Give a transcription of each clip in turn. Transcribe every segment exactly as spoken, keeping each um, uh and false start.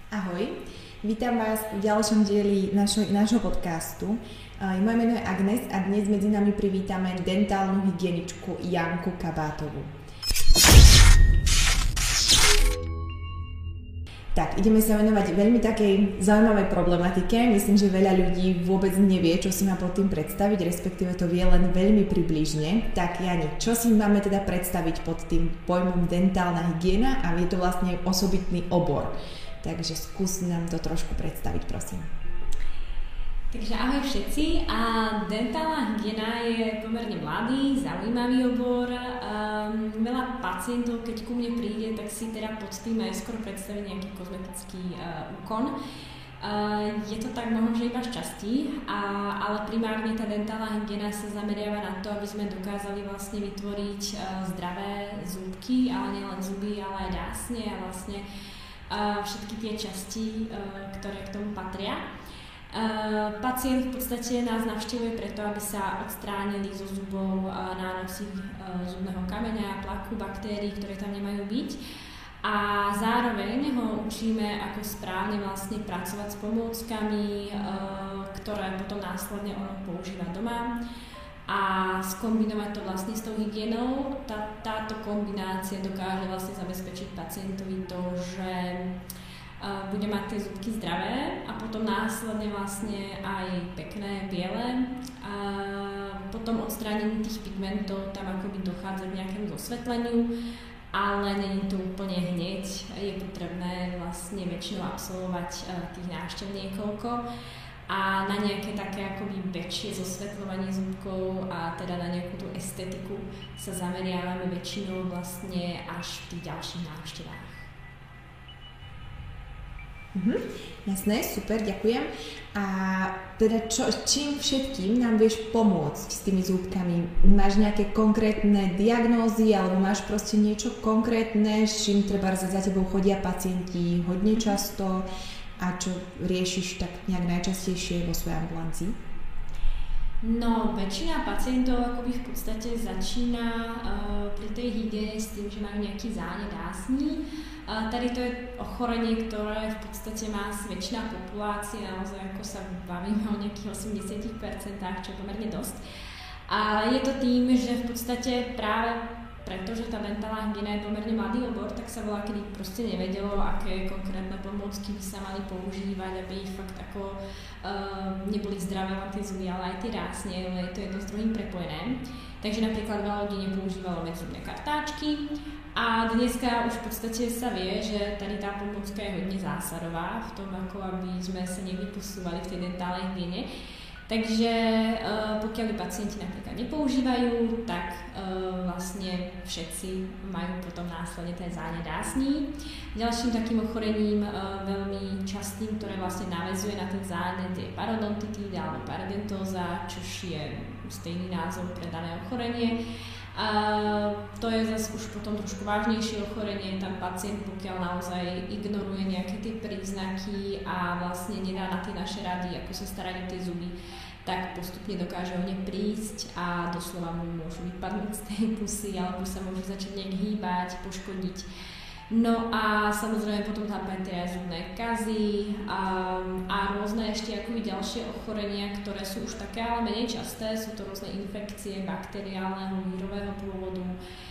Ahoj, vítam vás v ďalšom dieli našo, nášho podcastu. Moje meno je Agnes a dnes medzi nami privítame dentálnu hygieničku Janku Kabátovú. Tak, ideme sa venovať veľmi takej zaujímavej problematike. Myslím, že veľa ľudí vôbec nevie, čo si má pod tým predstaviť, respektíve to vie len veľmi približne. Tak, Jani, čo si máme teda predstaviť pod tým pojmom dentálna hygiena a je to vlastne osobitný obor. Takže skús nám to trošku predstaviť, prosím. Takže ahoj všetci. A dentálna hygiena je pomerne mladý, zaujímavý obor. Um, veľa pacientov, keď ku mne príde, tak si teda pod tým aj skoro predstaví nejaký kozmetický uh, úkon. Uh, je to tak možno, že iba šťastí, a, ale primárne tá dentálna hygiena sa zameriava na to, aby sme dokázali vlastne vytvoriť uh, zdravé zúbky, ale nielen zuby, ale aj dásne a vlastne Uh, všetky tie časti, uh, ktoré k tomu patria. Uh, pacient v podstate nás navštevuje preto, aby sa odstránili zo zubov uh, nánosy uh, zubného kameňa, plaku, baktérií, ktoré tam nemajú byť. A zároveň ho učíme, ako správne vlastne pracovať s pomôckami, uh, ktoré potom následne ono používa doma. A skombinovať to vlastne s tou hygienou. Tá, táto kombinácia dokáže vlastne zabezpečiť pacientovi to, že uh, bude mať tie zubky zdravé a potom následne vlastne aj pekné, biele. A potom odstránení tých pigmentov, tam akoby dochádza k nejakému zosvetleniu, ale nie je to úplne hneď. Je potrebné vlastne väčšinou absolvovať uh, tých návštev niekoľko. A na nejaké také akoby väčšie zosvetľovanie zubkov a teda na nejakú tú estetiku sa zameriavame väčšinou vlastne až v tých ďalších návštevách. Mhm, jasné, super, ďakujem. A teda čo, čím všetkým nám vieš pomôcť s tými zúbkami? Máš nejaké konkrétne diagnózy alebo máš proste niečo konkrétne, s čím treba za tebou chodia pacienti hodne často? A čo riešiš tak nejak najčastejšie vo svojej ambulancii? No, väčšina pacientov akoby v podstate začína uh, pri tej hygiene s tým, že majú nejaký zánet dásní. Uh, tady to je ochorenie, ktoré v podstate má väčšina populácie, naozaj ako sa bavíme o nejakých osemdesiat percent, čo je pomerne dosť. A je to tým, že v podstate práve pretože tá dentálna hygiena je pomerne mladý obor, tak sa veľa kedy proste nevedelo, aké konkrétne pomôcky by sa mali používať, aby fakt ako uh, neboli zdravé len tie zuby, ale aj tie dásne, lebo je to jedno s druhým prepojené. Takže napríklad veľa ľudí nepoužívalo medzubné kartáčky a dneska už v podstate sa vie, že tady tá pomôcka je hodne zásadová v tom, ako aby sme sa niekde posúvali v tej dentálnej hygiene. Takže uh, pokiaľ pacienti napríklad nepoužívajú, tak uh, vlastne všetci majú potom následne ten zánet dásní. Ďalším takým ochorením uh, veľmi častým, ktoré vlastne naväzuje na ten zánet, je parodontitída alebo parodontóza, čož je stejný názov pre dané ochorenie. Uh, to je zase už potom trošku vážnejšie ochorenie, tam pacient pokiaľ naozaj ignoruje nejaké tie príznaky a vlastne nedá na tie naše rady, ako sa starať o tie zuby, tak postupne dokáže o ne prísť a doslova mu môžu vypadnúť z tej pusy alebo sa môže začať nejak hýbať, poškodiť. No a samozrejme potom tam patria zubné kazy a, a rôzne ešte akoby ďalšie ochorenia, ktoré sú už také ale menej časté, sú to rôzne infekcie bakteriálneho, vírového pôvodu.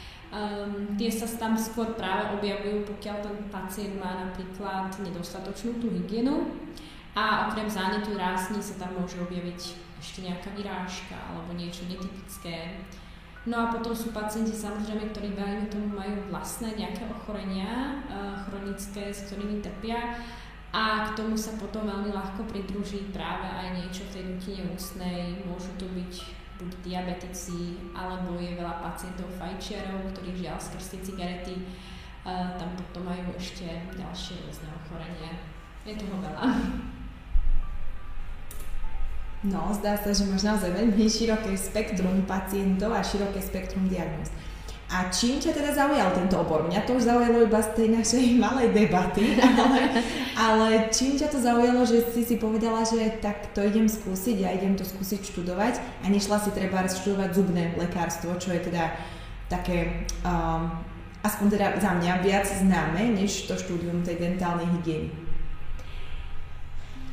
Um, tie sa tam skôr práve objavujú, pokiaľ ten pacient má napríklad nedostatočnú tú hygienu a okrem zánetu rásní sa tam môže objaviť ešte nejaká vyrážka alebo niečo netypické. No a potom sú pacienti samozrejme, ktorí veľmi tomu majú vlastné nejaké ochorenia uh, chronické, s ktorými trpia a k tomu sa potom veľmi ľahko pridruží práve aj niečo v tej dutine ústnej. Môžu to byť buď diabetici, alebo je veľa pacientov fajčiarov, ktorí žiaľ skrz tie cigarety uh, tam potom majú ešte ďalšie rôzne ochorenia. Je toho veľa. No, zdá sa, že máš naozaj veľmi široké spektrum pacientov a široké spektrum diagnóz. A čím ťa teda zaujal tento obor? Mňa to už zaujalo iba z tej našej malej debaty, ale, ale čím ťa to zaujalo, že si si povedala, že tak to idem skúsiť a idem to skúsiť študovať a nešla si treba študovať zubné lekárstvo, čo je teda také, um, aspoň teda za mňa, viac známe, než to štúdium tej dentálnej hygieny.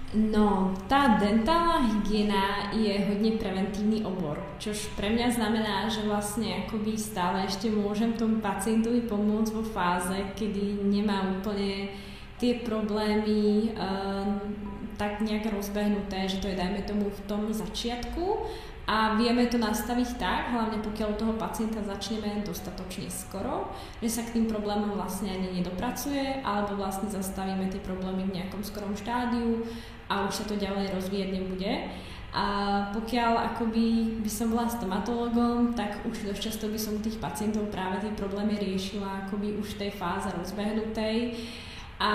No, tá dentálna hygiena je hodne preventívny obor, čož pre mňa znamená, že vlastne akoby stále ešte môžem tomu pacientovi pomôcť vo fáze, kedy nemá úplne tie problémy um, tak nejak rozbehnuté, že to je dajme tomu v tom začiatku a vieme to nastaviť tak, hlavne pokiaľ toho pacienta začneme dostatočne skoro, že sa k tým problémom vlastne ani nedopracuje, alebo vlastne zastavíme tie problémy v nejakom skorom štádiu a už sa to ďalej rozvíjať nebude. A pokiaľ akoby by som bola stomatologom, tak už dosť často by som tých pacientov práve tie problémy riešila akoby už v tej fáze rozbehnutej, a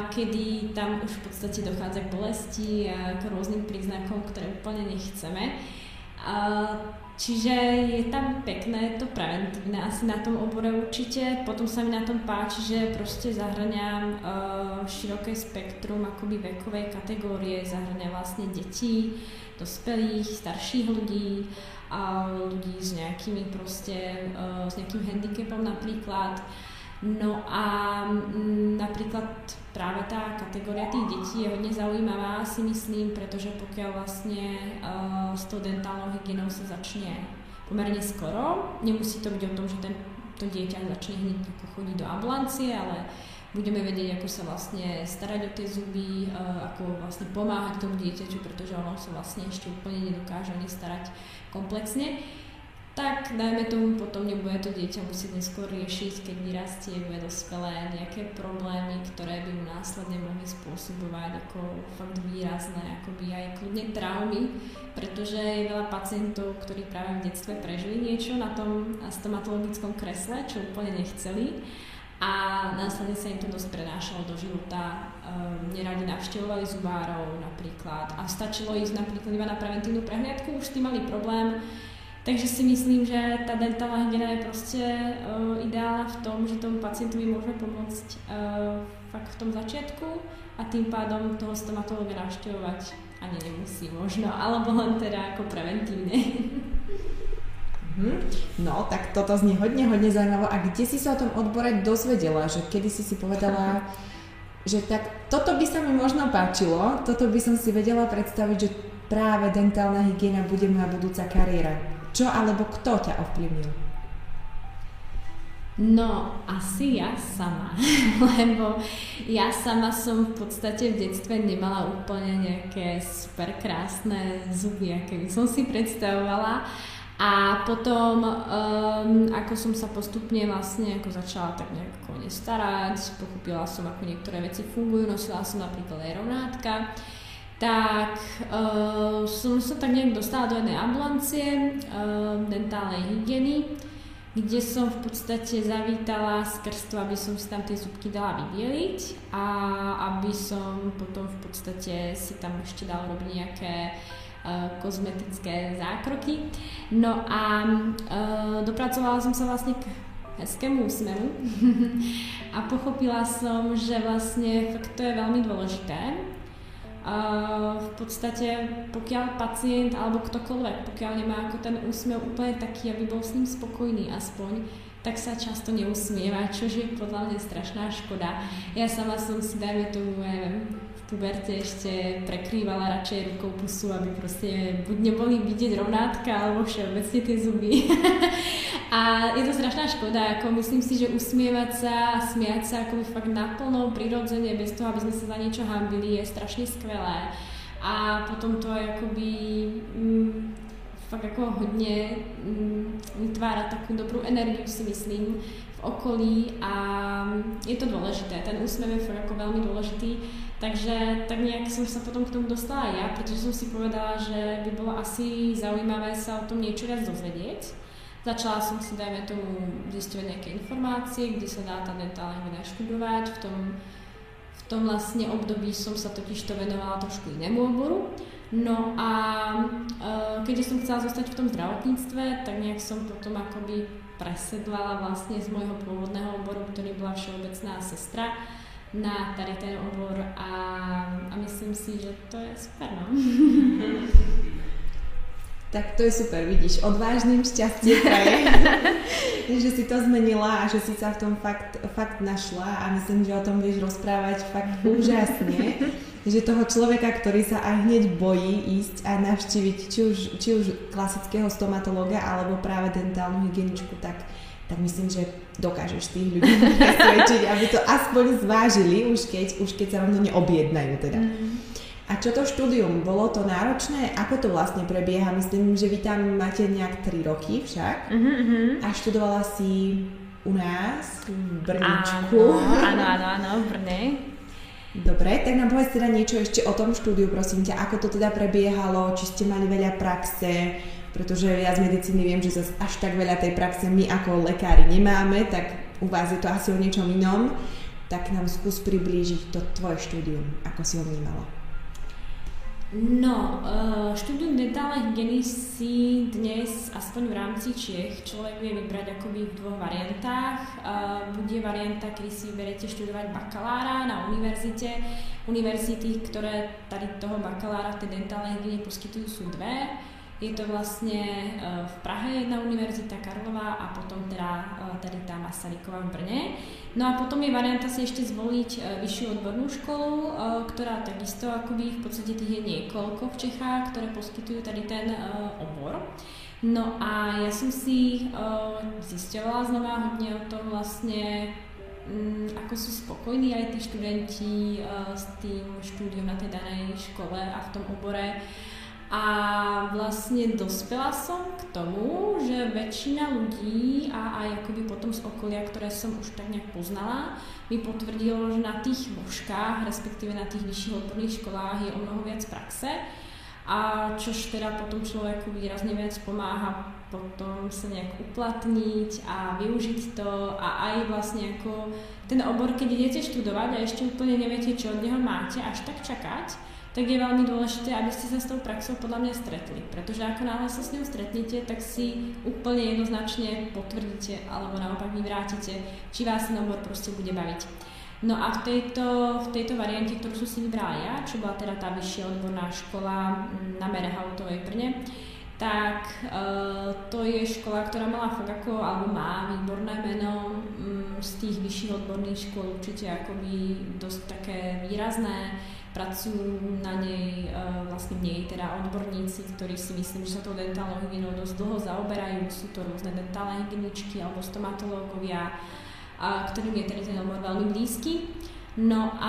kedy tam už v podstate dochádza k bolesti a k rôznym príznakom, ktoré úplne nechceme. Uh, čiže je tam pekné to preventívne asi na tom obore určite, potom sa mi na tom páči, že proste zahrňam uh, široké spektrum akoby vekovej kategórie, zahrňam vlastne detí, dospelých, starších ľudí a ľudí s nejakými proste, uh, s nejakým handicapom napríklad. No a m, napríklad práve tá kategória tých detí je hodne zaujímavá, si myslím, pretože pokiaľ vlastne uh, s tou dentálnou hygienou sa začne pomerne skoro, nemusí to byť o tom, že ten, to dieťa začne hneď ako chodiť do ambulancie, ale budeme vedieť, ako sa vlastne starať o tie zuby, uh, ako vlastne pomáhať tomu dieťaťu, pretože ono sa vlastne ešte úplne nedokáže ani starať komplexne. Tak dajme tomu, potom nebude to dieťa musieť neskôr riešiť, keď vyrastie, bude dospelé, nejaké problémy, ktoré by mu následne mohli spôsobovať ako fakt výrazné, akoby aj kľudne traumy, pretože je veľa pacientov, ktorí práve v detstve prežili niečo na tom stomatologickom kresle, čo úplne nechceli a následne sa im to dosť prenášalo do života. Um, neradi navštevovali zubárov napríklad a stačilo ísť napríklad iba na preventívnu prehliadku, už s tým mali problém. Takže si myslím, že tá dentálna hygiena je proste uh, ideálna v tom, že tomu pacientovi môžeme pomôcť uh, fakt v tom začiatku a tým pádom toho stomatologa navštevovať ani nemusí možno, alebo len teda ako preventívne. Mm-hmm. No, tak toto znie hodne, hodne zaujímavé. A kde si sa o tom odbore dozvedela? Že kedy si si povedala, že tak toto by sa mi možno páčilo, toto by som si vedela predstaviť, že práve dentálna hygiena bude moja budúca kariéra. Čo alebo kto ťa ovplyvnil? No, asi ja sama, lebo ja sama som v podstate v detstve nemala úplne nejaké super krásne zuby, aké by som si predstavovala. A potom, um, ako som sa postupne vlastne ako začala tak nejako nestarať, pochopila som, ako niektoré veci fungujú, nosila som napríklad aj rovnátka, tak uh, som sa tak nejak dostala do jednej ambulancie uh, dentálnej hygieny, kde som v podstate zavítala skrz to, aby som si tam tie zubky dala vybieliť a aby som potom v podstate si tam ešte dala robiť nejaké uh, kozmetické zákroky. No a uh, dopracovala som sa vlastne k hezkému úsmevu a pochopila som, že vlastne fakt to je veľmi dôležité. Uh, v podstate pokiaľ pacient alebo ktokoľvek, pokiaľ nemá ako ten úsmev úplne taký, aby bol s ním spokojný aspoň, tak sa často neusmieva, čož je podľa mňa strašná škoda. Ja sama som si, dajme tomu, neviem, v puberte ešte prekrývala radšej rukou pusu, aby proste buď neboli vidieť rovnátka, alebo všeobecne tie zuby. A je to strašná škoda, ako myslím si, že usmievať sa a smiať sa ako fakt naplno, prirodzene, bez toho, aby sme sa za niečo hanbili, je strašne skvelé. A potom to je akoby mm, fakt ako hodne mm, vytvára takú dobrú energiu, si myslím, v okolí a je to dôležité. Ten úsmev je fakt ako veľmi dôležitý. Takže tak nejak som sa potom k tomu dostala ja, pretože som si povedala, že by bolo asi zaujímavé sa o tom niečo viac dozvedieť. Začala som si, dajme tomu, zisťovať nejaké informácie, kde sa dá tá dentálna hygiena študovať. V tom, v tom vlastne období som sa totiž to venovala trošku inému oboru. No a e, keďže som chcela zostať v tom zdravotníctve, tak nejak som potom akoby presedlala vlastne z môjho pôvodného oboru, ktorý bola všeobecná sestra, na tady ten obor a, a myslím si, že to je super, no. Tak to je super, vidíš, odvážnym šťastie praje, že si to zmenila a že si sa v tom fakt, fakt našla a myslím, že o tom vieš rozprávať fakt úžasne. že toho človeka, ktorý sa aj hneď bojí ísť a navštíviť či už, či už klasického stomatológa alebo práve dentálnu hygieničku, tak, tak myslím, že dokážeš tých ľudí presvedčiť, aby to aspoň zvážili, už keď, už keď sa vám to neobjednajú teda. Mm. A čo to štúdium? Bolo to náročné? Ako to vlastne prebieha? Myslím, že vy tam máte nejak tri roky však. Mm-hmm. A študovala si u nás v Brničku. Áno, áno, áno, v Brne. Dobre, tak nám povedz teda niečo ešte o tom štúdiu, prosím ťa, ako to teda prebiehalo, či ste mali veľa praxe, pretože ja z medicíny viem, že zase až tak veľa tej praxe my ako lekári nemáme, tak u vás je to asi o niečom inom, tak nám skús priblížiť to tvoje štúdium, ako si ho vnímala. No, štúdium dentálnej hygieny si dnes, aspoň v rámci Čiech, človek vie vybrať akoby v dvoch variantách. Bude varianta, kedy si vyberiete študovať bakalára na univerzite. Univerzity, ktoré tady toho bakalára v tej dentálnej hygiene poskytujú, sú dve. Je to vlastne v Prahe jedna univerzita, Karlova, a potom teda tady tá Masaryková v Brne. No a potom je varianta si ešte zvoliť vyššiu odbornú školu, ktorá takisto akoby v podstate tých je niekoľko v Čechách, ktoré poskytujú tady ten obor. No a ja som si zisťovala znova hodne o tom vlastne, ako sú spokojní aj tí študenti s tým štúdiom na tej danej škole a v tom obore. A vlastne dospela som k tomu, že väčšina ľudí a aj akoby potom z okolia, ktoré som už tak nejak poznala, mi potvrdilo, že na tých možkách, respektíve na tých vyšších odborných školách je o mnoho viac praxe, a čož teda potom človeku výrazne viac pomáha potom sa nejak uplatniť a využiť to, a aj vlastne ako ten obor, keď idete študovať a ešte úplne neviete, čo od neho máte, až tak čakať, tak je veľmi dôležité, aby ste sa s tou praxou podľa mňa stretli. Pretože ako náhle sa s ňou stretnete, tak si úplne jednoznačne potvrdíte alebo naopak vyvrátite, či vás ten obor proste bude baviť. No a v tejto, v tejto variante, ktorú som si vybrala ja, čo bola teda tá vyššia odborná škola na Merehautovej Brne, tak uh, to je škola, ktorá mala fakt ako, alebo má výborné meno, um, z tých vyšších odborných škôl určite akoby dosť také výrazné. Pracujú na nej uh, vlastne v nej teda odborníci, ktorí si myslím, že sa tou dentálnou hygienou dosť dlho zaoberajú. Sú to rôzne dentálne hygieničky alebo stomatológovia, uh, ktorým je teda ten obor veľmi blízky. No a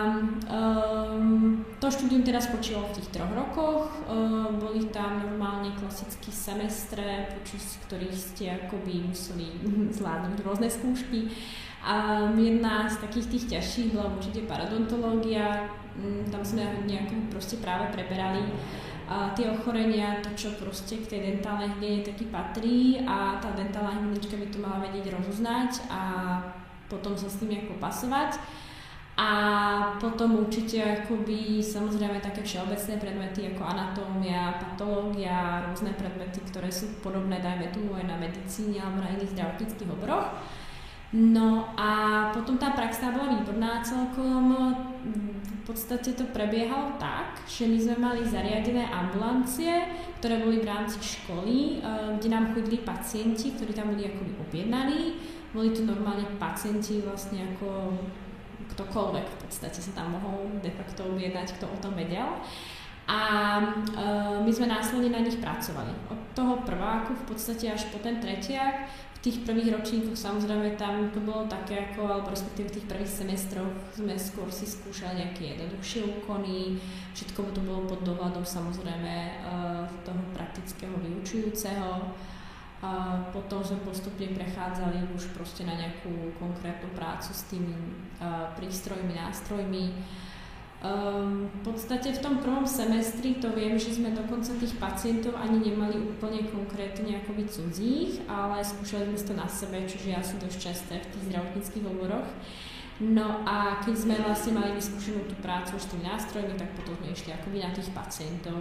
um, to štúdium teda spočívalo v tých troch rokoch. Uh, boli tam normálne klasické semestre, počas ktorých ste akoby museli zvládnuť rôzne skúšky. A jedna z takých tých ťažších bola určite paradontológia. Tam sme nejako proste práve preberali a tie ochorenia, to čo proste k tej dentálnej hygiene taky patrí, a tá dentálna hygienička by to mala vedieť rozoznať a potom sa s tým nejako pasovať. A potom určite akoby samozrejme také všeobecné predmety ako anatómia, patológia, rôzne predmety, ktoré sú podobné, dajme tomu aj na medicíne alebo na iných zdravotníckych oboroch. No a potom tá prax bola výborná celkom. V podstate to prebiehalo tak, že my sme mali zariadené ambulancie, ktoré boli v rámci školy, kde nám chodili pacienti, ktorí tam boli akoby objednaní. Boli to normálne pacienti vlastne ako ktokoľvek v podstate sa tam mohol de facto objednať, kto o tom vedel. A e, my sme následne na nich pracovali. Od toho prváku v podstate až po ten tretiak. V tých prvých ročníkoch samozrejme tam to bolo také ako, alebo respektíve v tých prvých semestroch sme skôr si skúšali nejaké jednoduchšie úkony. Všetko to bolo pod dohľadom samozrejme e, toho praktického vyučujúceho. A potom sme postupne prechádzali už proste na nejakú konkrétnu prácu s tými uh, prístrojmi, nástrojmi. Um, v podstate v tom prvom semestri to viem, že sme dokonca tých pacientov ani nemali úplne konkrétne akoby cudzích, ale skúšali sme to na sebe, čiže ja som dosť časté v tých zdravotníckych oboroch. No a keď sme vlastne mali vyskúšenú tú prácu s tými nástrojmi, tak potom sme išli akoby na tých pacientov.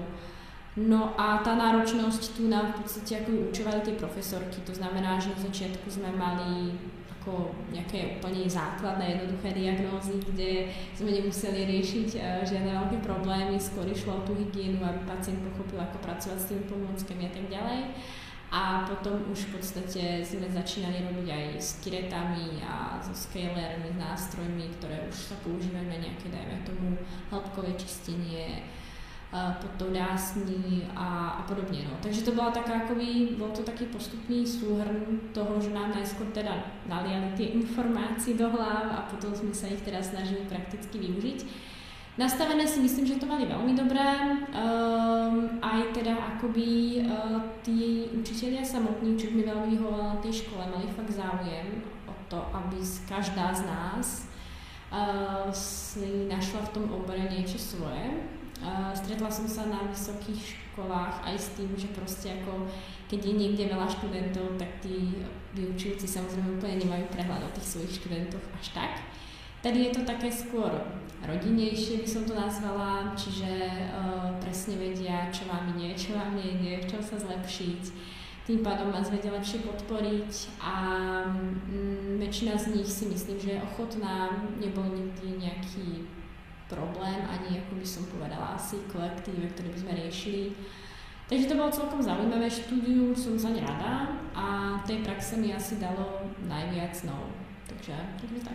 No a tá náročnosť tu nám v podstate ako učovali tie profesorky, to znamená, že na začiatku sme mali ako nejaké úplne základné, jednoduché diagnózy, kde sme nemuseli riešiť uh, žiadne veľké problémy, skôr išlo o tú hygienu, aby pacient pochopil, ako pracovať s tými pomôckami a tak ďalej. A potom už v podstate sme začínali robiť aj s kiretami a so scalermi, s nástrojmi, ktoré už sa používajú na nejaké, dajme tomu, hĺbkové čistenie pod tou dásní a, a podobne. No. Takže to bola taká, akoby, bol to taký postupný súhrn toho, že nám najskôr teda naliali tie informácie do hlav a potom sme sa ich teda snažili prakticky využiť. Nastavené si myslím, že to mali veľmi dobré. Um, aj teda akoby uh, tí učitelia samotní, čo mi veľmi vyhovovalo na tej škole, mali fakt záujem o to, aby každá z nás uh, si našla v tom obore niečo svoje. Uh, stretla som sa na vysokých školách aj s tým, že proste ako keď je niekde veľa študentov, tak tí vyučujúci samozrejme úplne nemajú prehľad o tých svojich študentoch až tak. Tady je to také skôr rodinnejšie, by som to nazvala, čiže uh, presne vedia, čo vám ide, čo vám nejde, v čom sa zlepšiť. Tým pádom vás vedia lepšie podporiť a um, väčšina z nich si myslím, že je ochotná, nebol nikdy nejaký problém, ani ako by som povedala asi kolektíve, ktoré by sme riešili. Takže to bolo celkom zaujímavé štúdium, som zaň rada a tej praxe mi asi dalo najviac, no. Takže, takže tak.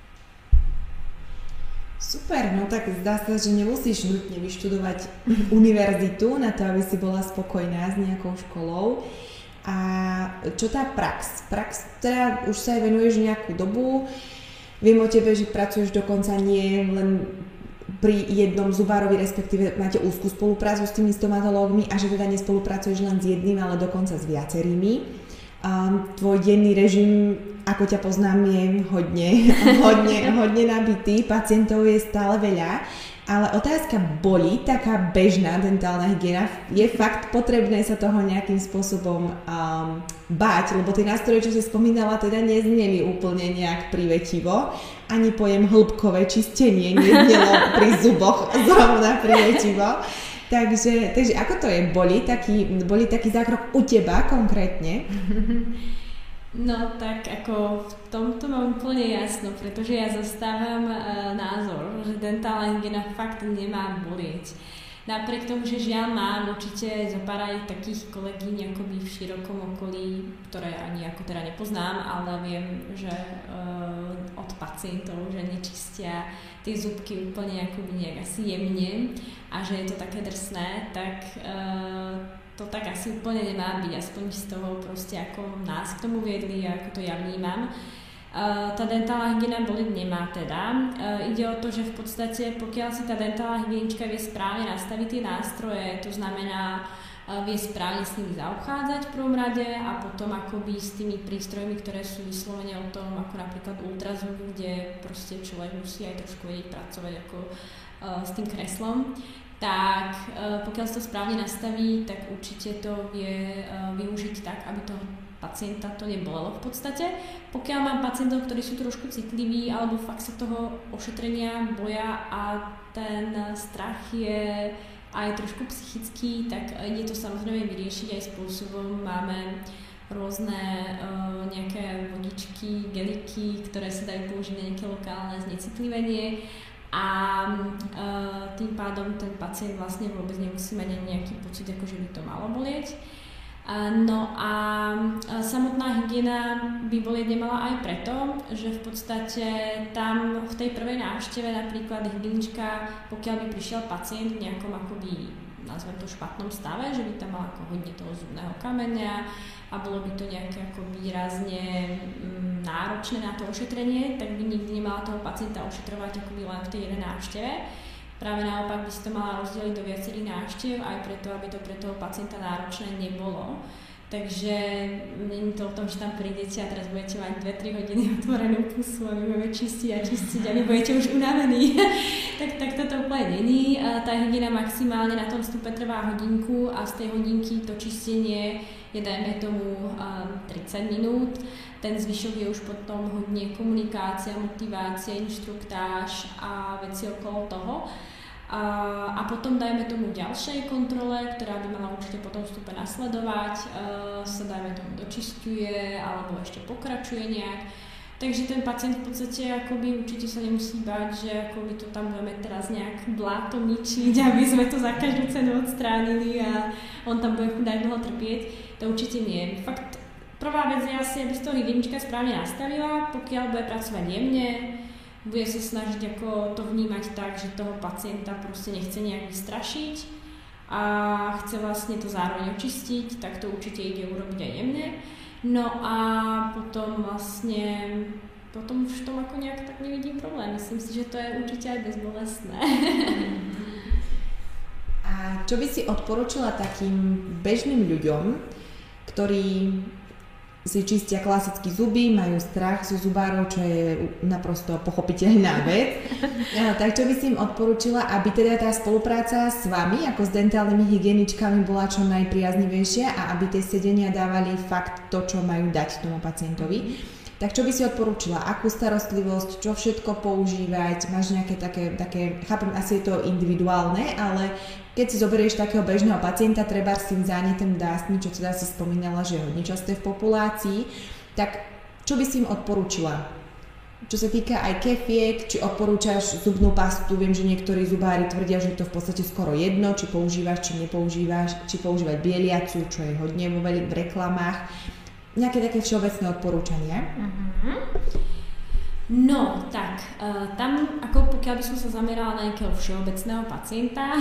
Super, no tak zdá sa, že nemusíš nutne vyštudovať univerzitu na to, aby si bola spokojná s nejakou školou. A čo tá prax? Prax, teda už sa aj venuješ nejakú dobu. Viem o tebe, že pracuješ dokonca nie len pri jednom zubárovi, respektíve máte úzkú spoluprácu s tými stomatológmi a že teda nespolupracuješ len s jedným, ale dokonca s viacerými. Um, tvoj denný režim, ako ťa poznám, je hodne, hodne, hodne nabitý, pacientov je stále veľa, ale otázka bolí, taká bežná dentálna hygiena, je fakt potrebné sa toho nejakým spôsobom um, báť, lebo tie nástroje, čo si spomínala, teda nezneli úplne nejak privetivo, ani pojem hĺbkové čistenie neznelo pri zuboch zrovna privetivo. Takže, takže ako to je? Bolí taký, bolí taký zákrok u teba konkrétne? No tak ako v tomto mám úplne jasno, pretože ja zastávam e, názor, že dentálna hygiena fakt nemá bolieť. Napriek tomu, že žiaľ mám určite zo pár aj takých kolegyň akoby v širokom okolí, ktoré ani ako teda nepoznám, ale viem, že uh, od pacientov, že nečistia tie zubky úplne akoby nejak asi jemne a že je to také drsné, tak uh, to tak asi úplne nemá byť, aspoň z toho proste ako nás k tomu viedli a ako to ja vnímam. Uh, tá dentálna hygiena boliť nemá teda. Uh, ide o to, že v podstate pokiaľ si tá dentálna hygienička vie správne nastaviť tie nástroje, to znamená uh, vie správne s nimi zaobchádzať v prvom rade a potom akoby s tými prístrojmi, ktoré sú vyslovene o tom, ako napríklad ultrazvuk, kde proste človek musí aj trošku vedieť pracovať ako uh, s tým kreslom, tak uh, pokiaľ sa to správne nastaví, tak určite to vie uh, využiť tak, aby to pacienta to nebolelo v podstate. Pokiaľ mám pacientov, ktorí sú trošku citliví alebo fakt sa toho ošetrenia boja a ten strach je aj trošku psychický, tak ide to samozrejme vyriešiť aj spôsobom. Máme rôzne uh, nejaké vodičky, geliky, ktoré sa dajú použiť na nejaké lokálne znecitlivenie a uh, tým pádom ten pacient vlastne vôbec nemusí mať ani nejaký pocit, ako že by to malo bolieť. No a samotná hygiena by bolieť nemala aj preto, že v podstate tam v tej prvej návšteve napríklad hygienička, pokiaľ by prišiel pacient v nejakom akoby, nazvem to špatnom stave, že by tam mal ako hodne toho zubného kameňa a bolo by to nejaké ako výrazne mm, náročné na to ošetrenie, tak by nikdy nemala toho pacienta ošetrovať akoby len v tej jednej návšteve. Práve naopak by si to mala rozdeliť do viacerých návštev aj preto, aby to pre toho pacienta náročné nebolo. Takže nie je to o tom, že tam prídete a teraz budete mať dve tri hodiny otvorenú pusu a vy budeme čistiť a čistiť a vy budete už unavení. tak, tak toto úplne není. Tá hygiena maximálne na tom stupe trvá hodinku a z tej hodinky to čistenie je dajme tomu tridsať minút. Ten zvyšok je už potom hodne komunikácia, motivácia, inštruktáž a veci okolo toho. A, a potom dajme tomu ďalšej kontrole, ktorá by mala určite potom vstupe nasledovať, e, sa dajme tomu dočisťuje alebo ešte pokračuje nejak. Takže ten pacient v podstate akoby určite sa nemusí báť, že akoby to tam budeme teraz nejak blátom ničiť, aby sme to za každú cenu odstránili a on tam bude chudák dlho trpieť. To určite nie. Fakt, prvá vec je asi, aby si to hygienička správne nastavila, pokiaľ bude pracovať jemne, bude sa snažiť ako to vnímať tak, že toho pacienta proste nechce nejak vystrašiť a chce vlastne to zároveň očistiť, tak to určite ide urobiť aj jemne. No a potom vlastne, potom už v tom ako nejak tak nevidím problém. Myslím si, že to je určite aj bezbolestné. A čo by si odporučila takým bežným ľuďom, ktorí si čistia klasicky zuby, majú strach zo zubárov, čo je naprosto pochopiteľná vec. Tak čo by si im odporúčila, aby teda tá spolupráca s vami, ako s dentálnymi hygieničkami, bola čo najpriaznivejšia a aby tie sedenia dávali fakt to, čo majú dať tomu pacientovi. Tak čo by si odporúčila? Akú starostlivosť? Čo všetko používať? Máš nejaké také, také, chápem, asi je to individuálne, ale keď si zoberieš takého bežného pacienta, treba s tým zánetem dásni, čo teda si spomínala, že je hodne časté v populácii, tak čo by si im odporúčila? Čo sa týka aj kefiek, či odporúčaš zubnú pastu, viem, že niektorí zubári tvrdia, že je to v podstate skoro jedno, či používaš, či nepoužívaš, či používať bieliacu, čo je hodne vo v reklamách. Nejaké také všeobecné odporúčania? Uh-huh. No, tak, uh, tam, ako pokiaľ by som sa zamerala na nejakého všeobecného pacienta,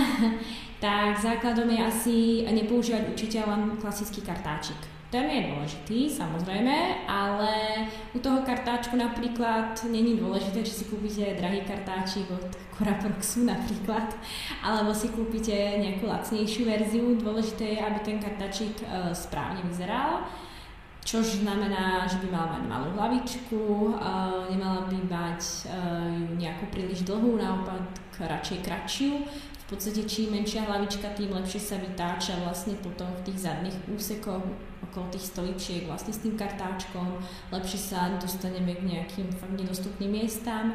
tak základom je asi nepoužívať určite len klasický kartáčik. Ten je dôležitý, samozrejme, ale u toho kartáčku napríklad není dôležité, či si kúpite drahý kartáčik od Curaproxu napríklad, alebo si kúpite nejakú lacnejšiu verziu. Dôležité je, aby ten kartáčik uh, správne vyzeral. Čož znamená, že by mala mať malú hlavičku, uh, nemala by mať uh, ju nejakú príliš dlhú, naopak radšej kratšiu. V podstate čím menšia hlavička, tým lepšie sa vytáča vlastne potom v tých zadných úsekoch okolo tých stoličiek vlastne s tým kartáčkom. Lepšie sa dostaneme k nejakým fakt nedostupným miestam.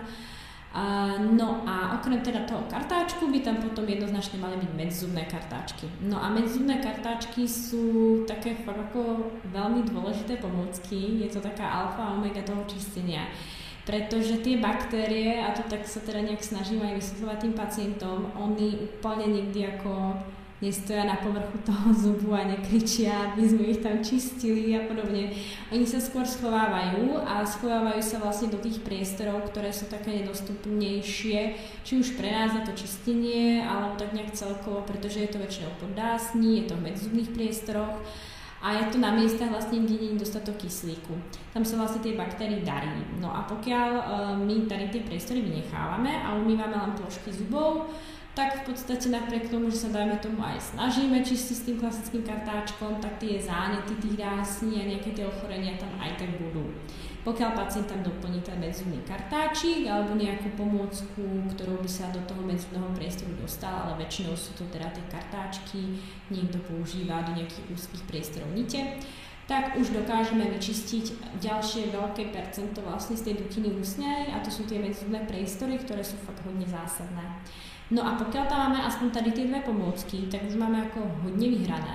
Uh, no a okrem teda toho kartáčku by tam potom jednoznačne mali byť medzizubné kartáčky. No a medzizubné kartáčky sú také fakt ako veľmi dôležité pomôcky, je to taká alfa a omega toho čistenia. Pretože tie baktérie, a to tak sa teda nejak snažím aj vysvetľovať tým pacientom, oni úplne nikdy ako nestoja na povrchu toho zubu a nekričia, aby sme ich tam čistili a podobne. Oni sa skôr schovávajú a schovávajú sa vlastne do tých priestorov, ktoré sú také nedostupnejšie, či už pre nás na to čistenie, alebo tak nejak celkovo, pretože je to väčšinou pod dásni, je to v medzizubných priestoroch a je to na miestach vlastne, kde nie je dostatok kyslíku. Tam sa vlastne tie baktérie darí. No a pokiaľ uh, my tady tie priestory vynechávame a umývame len plošky zubov, tak v podstate napriek tomu, že sa dajme tomu aj snažíme čistiť s tým klasickým kartáčkom, tak tie zánety tých dásní a nejaké tie ochorenia tam aj tak budú. Pokiaľ pacient tam doplní ten medzizubný kartáčik alebo nejakú pomôcku, ktorou by sa do toho medzizubného priestoru dostala, ale väčšinou sú to teda tie kartáčky, niekto používa do nejakých úzkých priestorov nite, tak už dokážeme vyčistiť ďalšie veľké percento vlastne z tej dutiny ústnej a to sú tie medzizubné priestory, ktoré sú fakt hodne zásadné. No a pokiaľ tam máme aspoň tady tie dve pomôcky, tak už máme ako hodne vyhrané,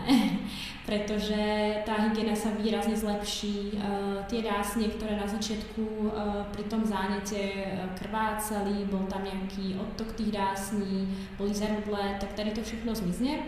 pretože tá hygiena sa výrazne zlepší. Uh, tie dásne, ktoré na začiatku uh, pri tom zánete uh, krvácali, bol tam nejaký odtok tých dásní, boli zarudlé, tak tady to všechno zmizne.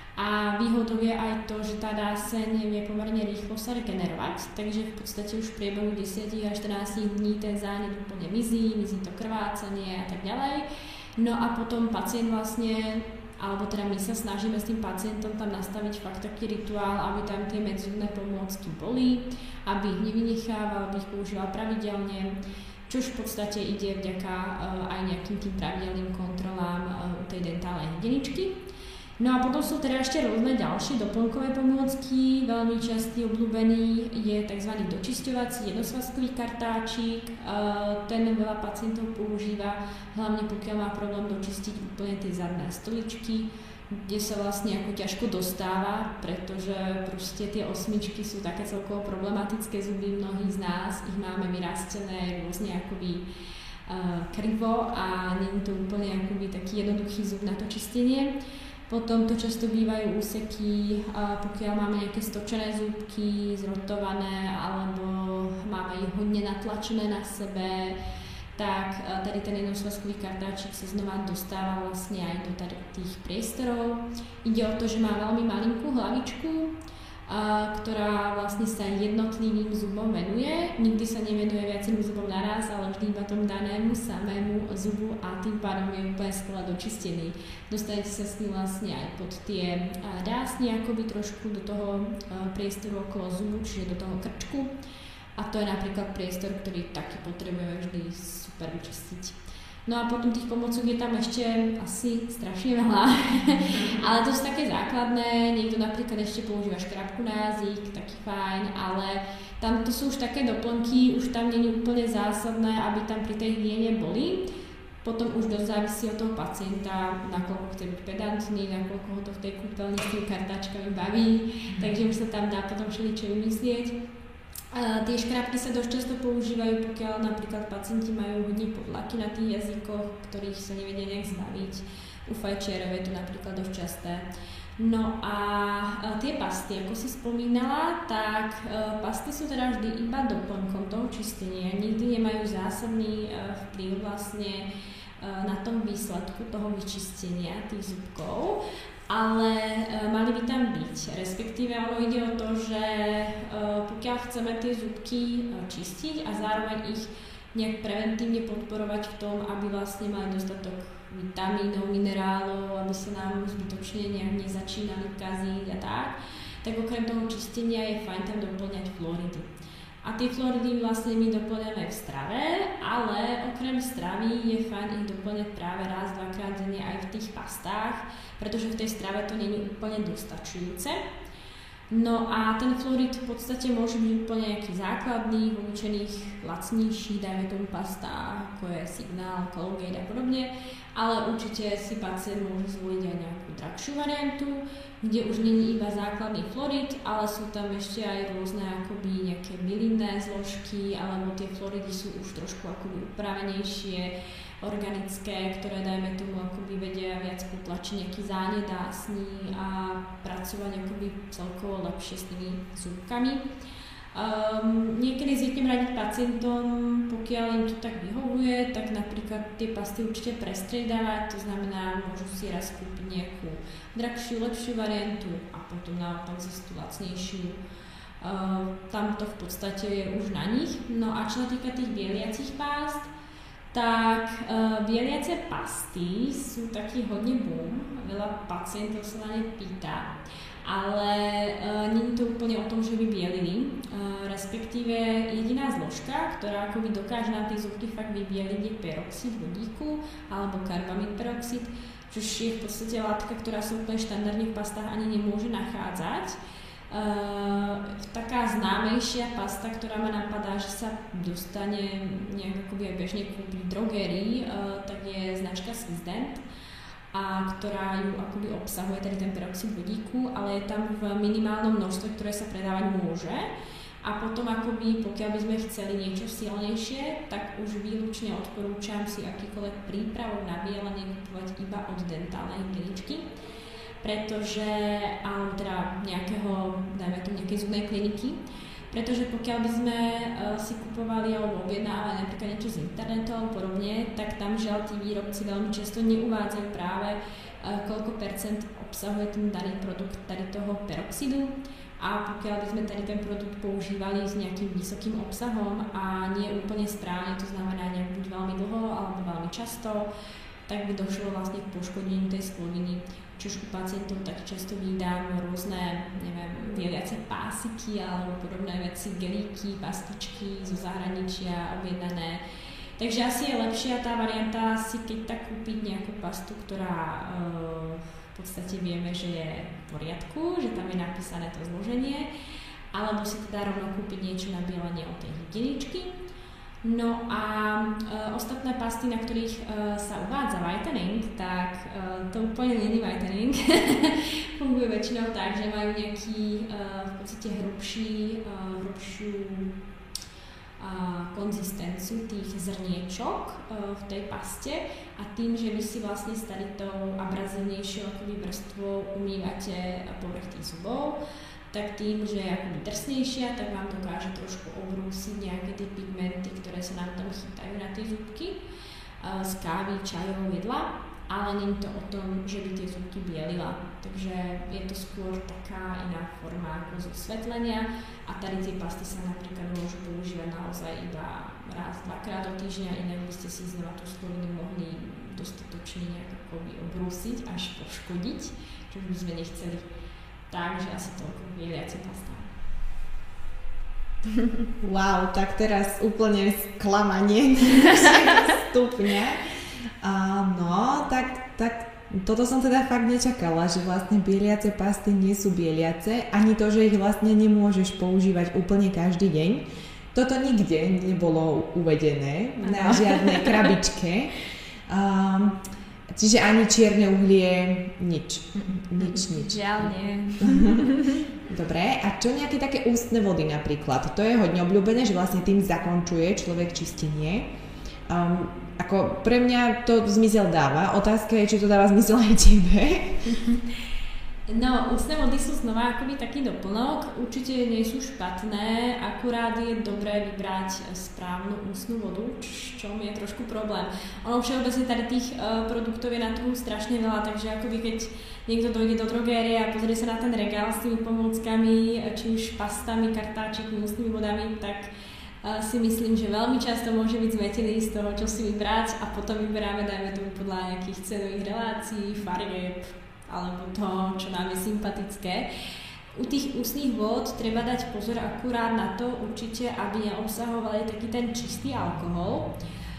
A výhodou je aj to, že tá dáseň vie pomerne rýchlo sa regenerovať, takže v podstate už v priebehu desať až štrnásť dní ten zánet úplne mizí, mizí to krvácanie a tak ďalej. No a potom pacient vlastne, alebo teda my sa snažíme s tým pacientom tam nastaviť fakt taký rituál, aby tam tie medzizubné pomôcky boli, aby ich nevynechával, aby ich používal pravidelne, čož v podstate ide vďaka uh, aj nejakým tým pravidelným kontrolám uh, tej dentálnej hygieničky. No a potom sú teda ešte rôzne ďalšie doplnkové pomôcky. Veľmi častý obľúbený je tzv. Dočisťovací jednosvazkový kartáčik. Ten veľa pacientov používa, hlavne pokiaľ má problém dočistiť úplne tie zadné stoličky, kde sa vlastne ako ťažko dostáva, pretože proste tie osmičky sú také celkovo problematické zuby. Mnohí z nás ich máme vyrastené rôzne akoby krivo a nie je to úplne akoby taký jednoduchý zub na to čistenie. Potom to často bývajú úseky, pokiaľ máme nejaké stočené zúbky, zrotované, alebo máme ich hodne natlačené na sebe, tak tady ten jednosvazkový kartáčik sa znova dostáva vlastne aj do tady tých priestorov. Ide o to, že má veľmi malinkú hlavičku, a, ktorá vlastne sa jednotlivým zubom venuje. Nikdy sa nevenuje viacerým zubom naraz, ale vždy iba tomu danému samému zubu a tým pádom je úplne skvelé dočistený. Dostanete sa s ním vlastne aj pod tie dásny, akoby trošku do toho priestoru okolo zubu, čiže do toho krčku. A to je napríklad priestor, ktorý taky potrebujeme vždy super vyčistiť. No a potom tých pomocok je tam ešte asi strašne veľa, ale to sú také základné, niekto napríklad ešte používa škrabku na jazyk, taký fajn, ale tam to sú už také doplnky, už tam nie je úplne zásadné, aby tam pri tej hygiene boli. Potom už dosť závisí od toho pacienta, nakoľko chce byť pedantný, nakoľko ho to v tej kúpeľni s tými kartáčkami baví, takže už sa tam dá potom všeličo vymyslieť. Uh, tie škrábky sa dosť často používajú, pokiaľ napríklad pacienti majú hodne podlaky na tých jazykoch, ktorých sa nevedia nejak zbaviť. U fajčiarov je to napríklad dosť časté. No a uh, tie pasty, ako si spomínala, tak uh, pasty sú teda vždy iba doplnkom toho čistenia. Nikdy nemajú zásadný uh, vplyv vlastne uh, na tom výsledku toho vyčistenia tých zubkov. Ale e, mali by tam byť, respektíve ono ide o to, že e, pokiaľ chceme tie zubky e, čistiť a zároveň ich nejak preventívne podporovať v tom, aby vlastne mali dostatok vitamínov, minerálov, aby sa nám zbytočne nejak nezačínali kaziť a tak, tak okrem toho čistenia je fajn tam doplňať fluoridy. A tie fluoridy vlastne my doplňame v strave, ale okrem stravy je fajn ich doplňať práve raz, dvakrát denne aj v tých pastách, pretože v tej strave to nie je úplne dostačujúce. No a ten fluorid v podstate môže byť úplne nejaký základný, v obyčajných lacnejších, dajme tomu pastách, ako je Signál, Colgate a podobne, ale určite si pacient môže zvoliť aj nejakú drahšiu variantu, kde už nie je iba základný fluorid, ale sú tam ešte aj rôzne akoby nejaké bylinné zložky, alebo tie fluoridy sú už trošku akoby upravenejšie, organické, ktoré dajme tomu akoby vedia viac potlačiť nejaký záne dásní a pracovať akoby celkovo lepšie s tými zubkami. Um, niekedy zvyknem radiť pacientom, pokiaľ im to tak vyhovuje, tak napríklad tie pasty určite prestriedávať, to znamená, môžu si raz kúpiť nejakú drahšiu, lepšiu variantu a potom naopak zase tú lacnejšiu. Uh, tam to v podstate je už na nich. No a čo sa týka tých bieliacich pást, tak uh, bieliace pasty sú taký hodne boom, veľa pacientov sa na ne pýta. Ale uh, nie je to úplne o tom, že by bielili, uh, respektíve jediná zložka, ktorá akoby dokáže na tie zubky fakt vybieliť, je peroxid vodíku alebo karbamid peroxid, čo je v podstate látka, ktorá sa úplne štandardne v pastách ani nemôže nachádzať. Uh, taká známejšia pasta, ktorá ma napadá, že sa dostane nejak akoby aj bežne kúpiť v drogérii, uh, tak je značka Swissdent, a ktorá ju akoby obsahuje tady ten peroxid vodíku, ale je tam v minimálnom množstve, ktoré sa predávať môže. A potom akoby, pokiaľ by sme chceli niečo silnejšie, tak už výlučne odporúčam si akýkoľvek prípravok na bielenie kupovať iba od dentálnej hygieničky, pretože, alebo teda nejakého, dajme tomu nejakej zubnej kliniky, pretože pokiaľ by sme uh, si kupovali alebo objednávali napríklad niečo z internetu alebo podobne, tak tam žiaľ tí výrobci veľmi často neuvádzajú práve uh, koľko percent obsahuje ten daný produkt tady toho peroxidu a pokiaľ by sme tady ten produkt používali s nejakým vysokým obsahom a nie úplne správne, to znamená nejak buď veľmi dlho alebo veľmi často, tak by došlo vlastne k poškodeniu tej skloviny. Čiže u pacientov tak často vídám rôzne, neviem, bieliace pásiky alebo podobné veci, gelíky, pastičky zo zahraničia objednané. Takže asi je lepšia tá varianta si keď tak kúpiť nejakú pastu, ktorá uh, v podstate vieme, že je v poriadku, že tam je napísané to zloženie, alebo si teda rovno kúpiť niečo na bielenie od tej hygieničky. No a e, ostatné pasty, na ktorých e, sa uvádza whitening, tak e, to úplne nie je whitening. Funguje väčšinou tak, že majú nejaký e, v podstate hrubší, e, hrubšiu konzistenciu tých zrniečok v tej paste a tým, že vy si vlastne s tady tou abrazívnejšou akoby vrstvou umývate povrch tých zubov, tak tým, že je akoby drsnejšia, tak vám dokáže trošku obrúsiť nejaké tie pigmenty, ktoré sa nám tam chytajú na tie zubky z kávy, čajov, jedla, ale nie je to o tom, že by tie zubky bielila. Takže je to skôr taká iná forma ako zosvetlenia a tady tie pasty sa napríklad môžu používať naozaj iba raz, dvakrát do týždňa, inak by ste si znova tú sklovinu mohli dostatočne nejak akoby obrúsiť až poškodiť, čo by sme nechceli. Takže asi toľko bieliacie pastá. Wow, tak teraz úplne sklamanie stupňa. Uh, no, tak, tak toto som teda fakt nečakala, že vlastne bieliace pasty nie sú bieliace, ani to, že ich vlastne nemôžeš používať úplne každý deň. Toto nikde nebolo uvedené na žiadnej krabičke. Um, čiže ani čierne uhlie, nič. Nič, nič. Žiaľ nie. Dobre, a čo nejaké také ústne vody napríklad? To je hodne obľúbené, že vlastne tým zakončuje človek čistenie. Um, ako pre mňa to zmysel dáva. Otázka je, či to dáva zmysel aj tebe. No, ústne vody sú znova akoby taký doplnok. Určite nie sú špatné, akurát je dobré vybrať správnu ústnu vodu, čo mi je trošku problém. Ono všeobecne tady tých uh, produktov je na trhu strašne veľa, takže akoby keď niekto dojde do drogérie a pozrie sa na ten regál s tými pomôckami, či už pastami, kartáčikmi, ústnymi vodami, tak uh, si myslím, že veľmi často môže byť zmetený z toho, čo si vybrať a potom vyberáme, dajme tomu podľa nejakých cenových relácií, farieb, alebo to, čo nám je sympatické. U tých ústnych vôd treba dať pozor akurát na to určite, aby neobsahovali taký ten čistý alkohol,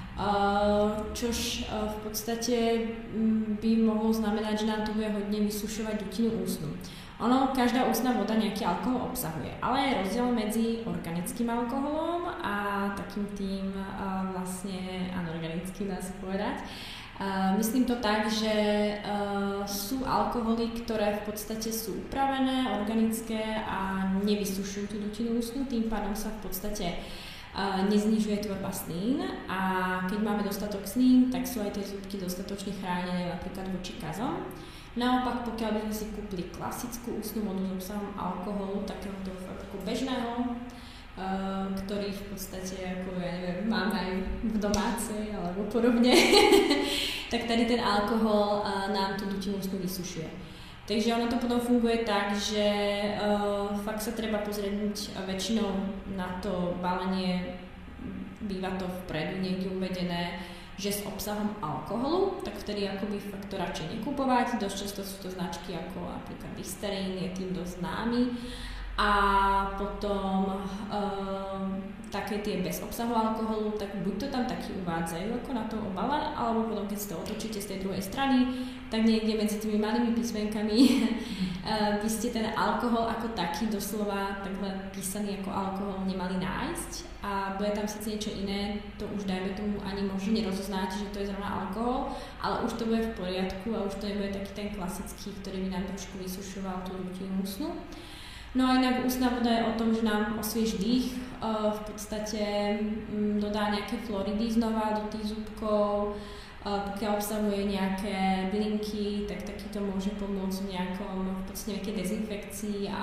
čož v podstate by mohlo znamenať, že nám to bude hodne vysušovať dutinu ústnu. Ono, každá ústna voda nejaký alkohol obsahuje, ale je rozdiel medzi organickým alkoholom a takým tým vlastne anorganickým, dá sa povedať. Uh, myslím to tak, že uh, sú alkoholy, ktoré v podstate sú upravené, organické a nevysušujú tú dutinu ústnu, tým pádom sa v podstate uh, neznižuje tvorba snín a keď máme dostatok snín, tak sú aj tie zubky dostatočne chránené napríklad voči kazom. Naopak, pokiaľ by sme si kúpili klasickú ústnu vodu s obsahom alkoholu, takého ako bežného, Uh, ktorý v podstate, ako ja neviem, máme aj v domácej alebo podobne, tak tady ten alkohol uh, nám tú dutinu ústnu vysušuje. Takže ono to potom funguje tak, že uh, fakt sa treba pozrieť väčšinou na to balenie, býva to vpredu niekde uvedené, že s obsahom alkoholu, tak vtedy akoby fakt to radšej nekupovať. Dosť často sú to značky ako napríklad Listerine, je tým dosť známy. A potom um, také tie bez obsahu alkoholu, tak buď to tam taky uvádzajú ako na tom obale, alebo potom keď si to otočíte z tej druhej strany, tak niekde medzi tými malými písmenkami uh, by ste ten alkohol ako taký doslova takhle písaný ako alkohol nemali nájsť a bude tam síce niečo iné, to už dajme tomu ani možno nerozoznáte, že to je zrovna alkohol, ale už to bude v poriadku a už to nebude taký ten klasický, ktorý by nám trošku vysušoval tú dutinu ústnu. No a inak ústna voda je o tom, že nám osvieži dých, v podstate dodá nejaké floridy znova do tých zubkov, pokiaľ obsahuje nejaké bylinky, tak takýto môže pomôcť v nejakom, v podstate nejakej dezinfekcii a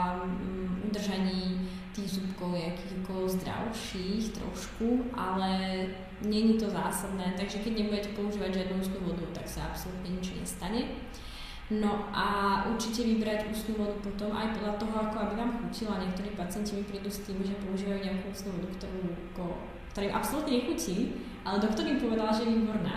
udržaní tých zubkov nejakých ako zdravších trošku, ale nie je to zásadné, takže keď nebudete používať žiadnu ústnu vodu, tak sa absolútne nič nestane. No a určite vybrať ústnu vodu potom aj podľa toho, ako aby vám chutila. Niektorí pacienti mi prídu s tým, že používajú nejakú ústnu vodu, ktorú, ktorá im absolútne nechutí, ale doktor im povedala, že je výborná.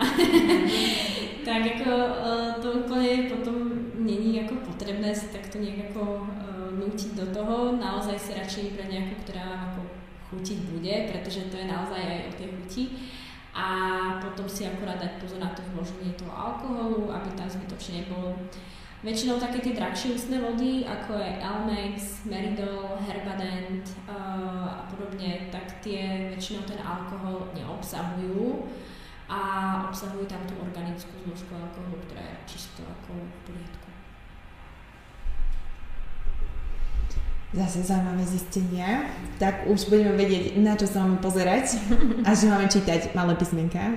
Tak ako to úplne potom není ako potrebné si takto nejak ako nútiť do toho. Naozaj si radšej vybrať nejakú, ktorá vám ako chutiť bude, pretože to je naozaj aj o tej chuti. A potom si akurát dať pozor na to vloženie toho alkoholu, aby tam zbytočne nebol. Väčšinou také tie drahšie ústne vody, ako je Elmex, Meridol, Herbadent uh, a podobne, tak tie väčšinou ten alkohol neobsahujú a obsahujú tam tú organickú zložku alkoholu, ktorá je čisto ako v poriadku. Zase zaujímavé zistenia. Tak už budeme vedieť, na čo sa máme pozerať a že máme čítať malé písmenká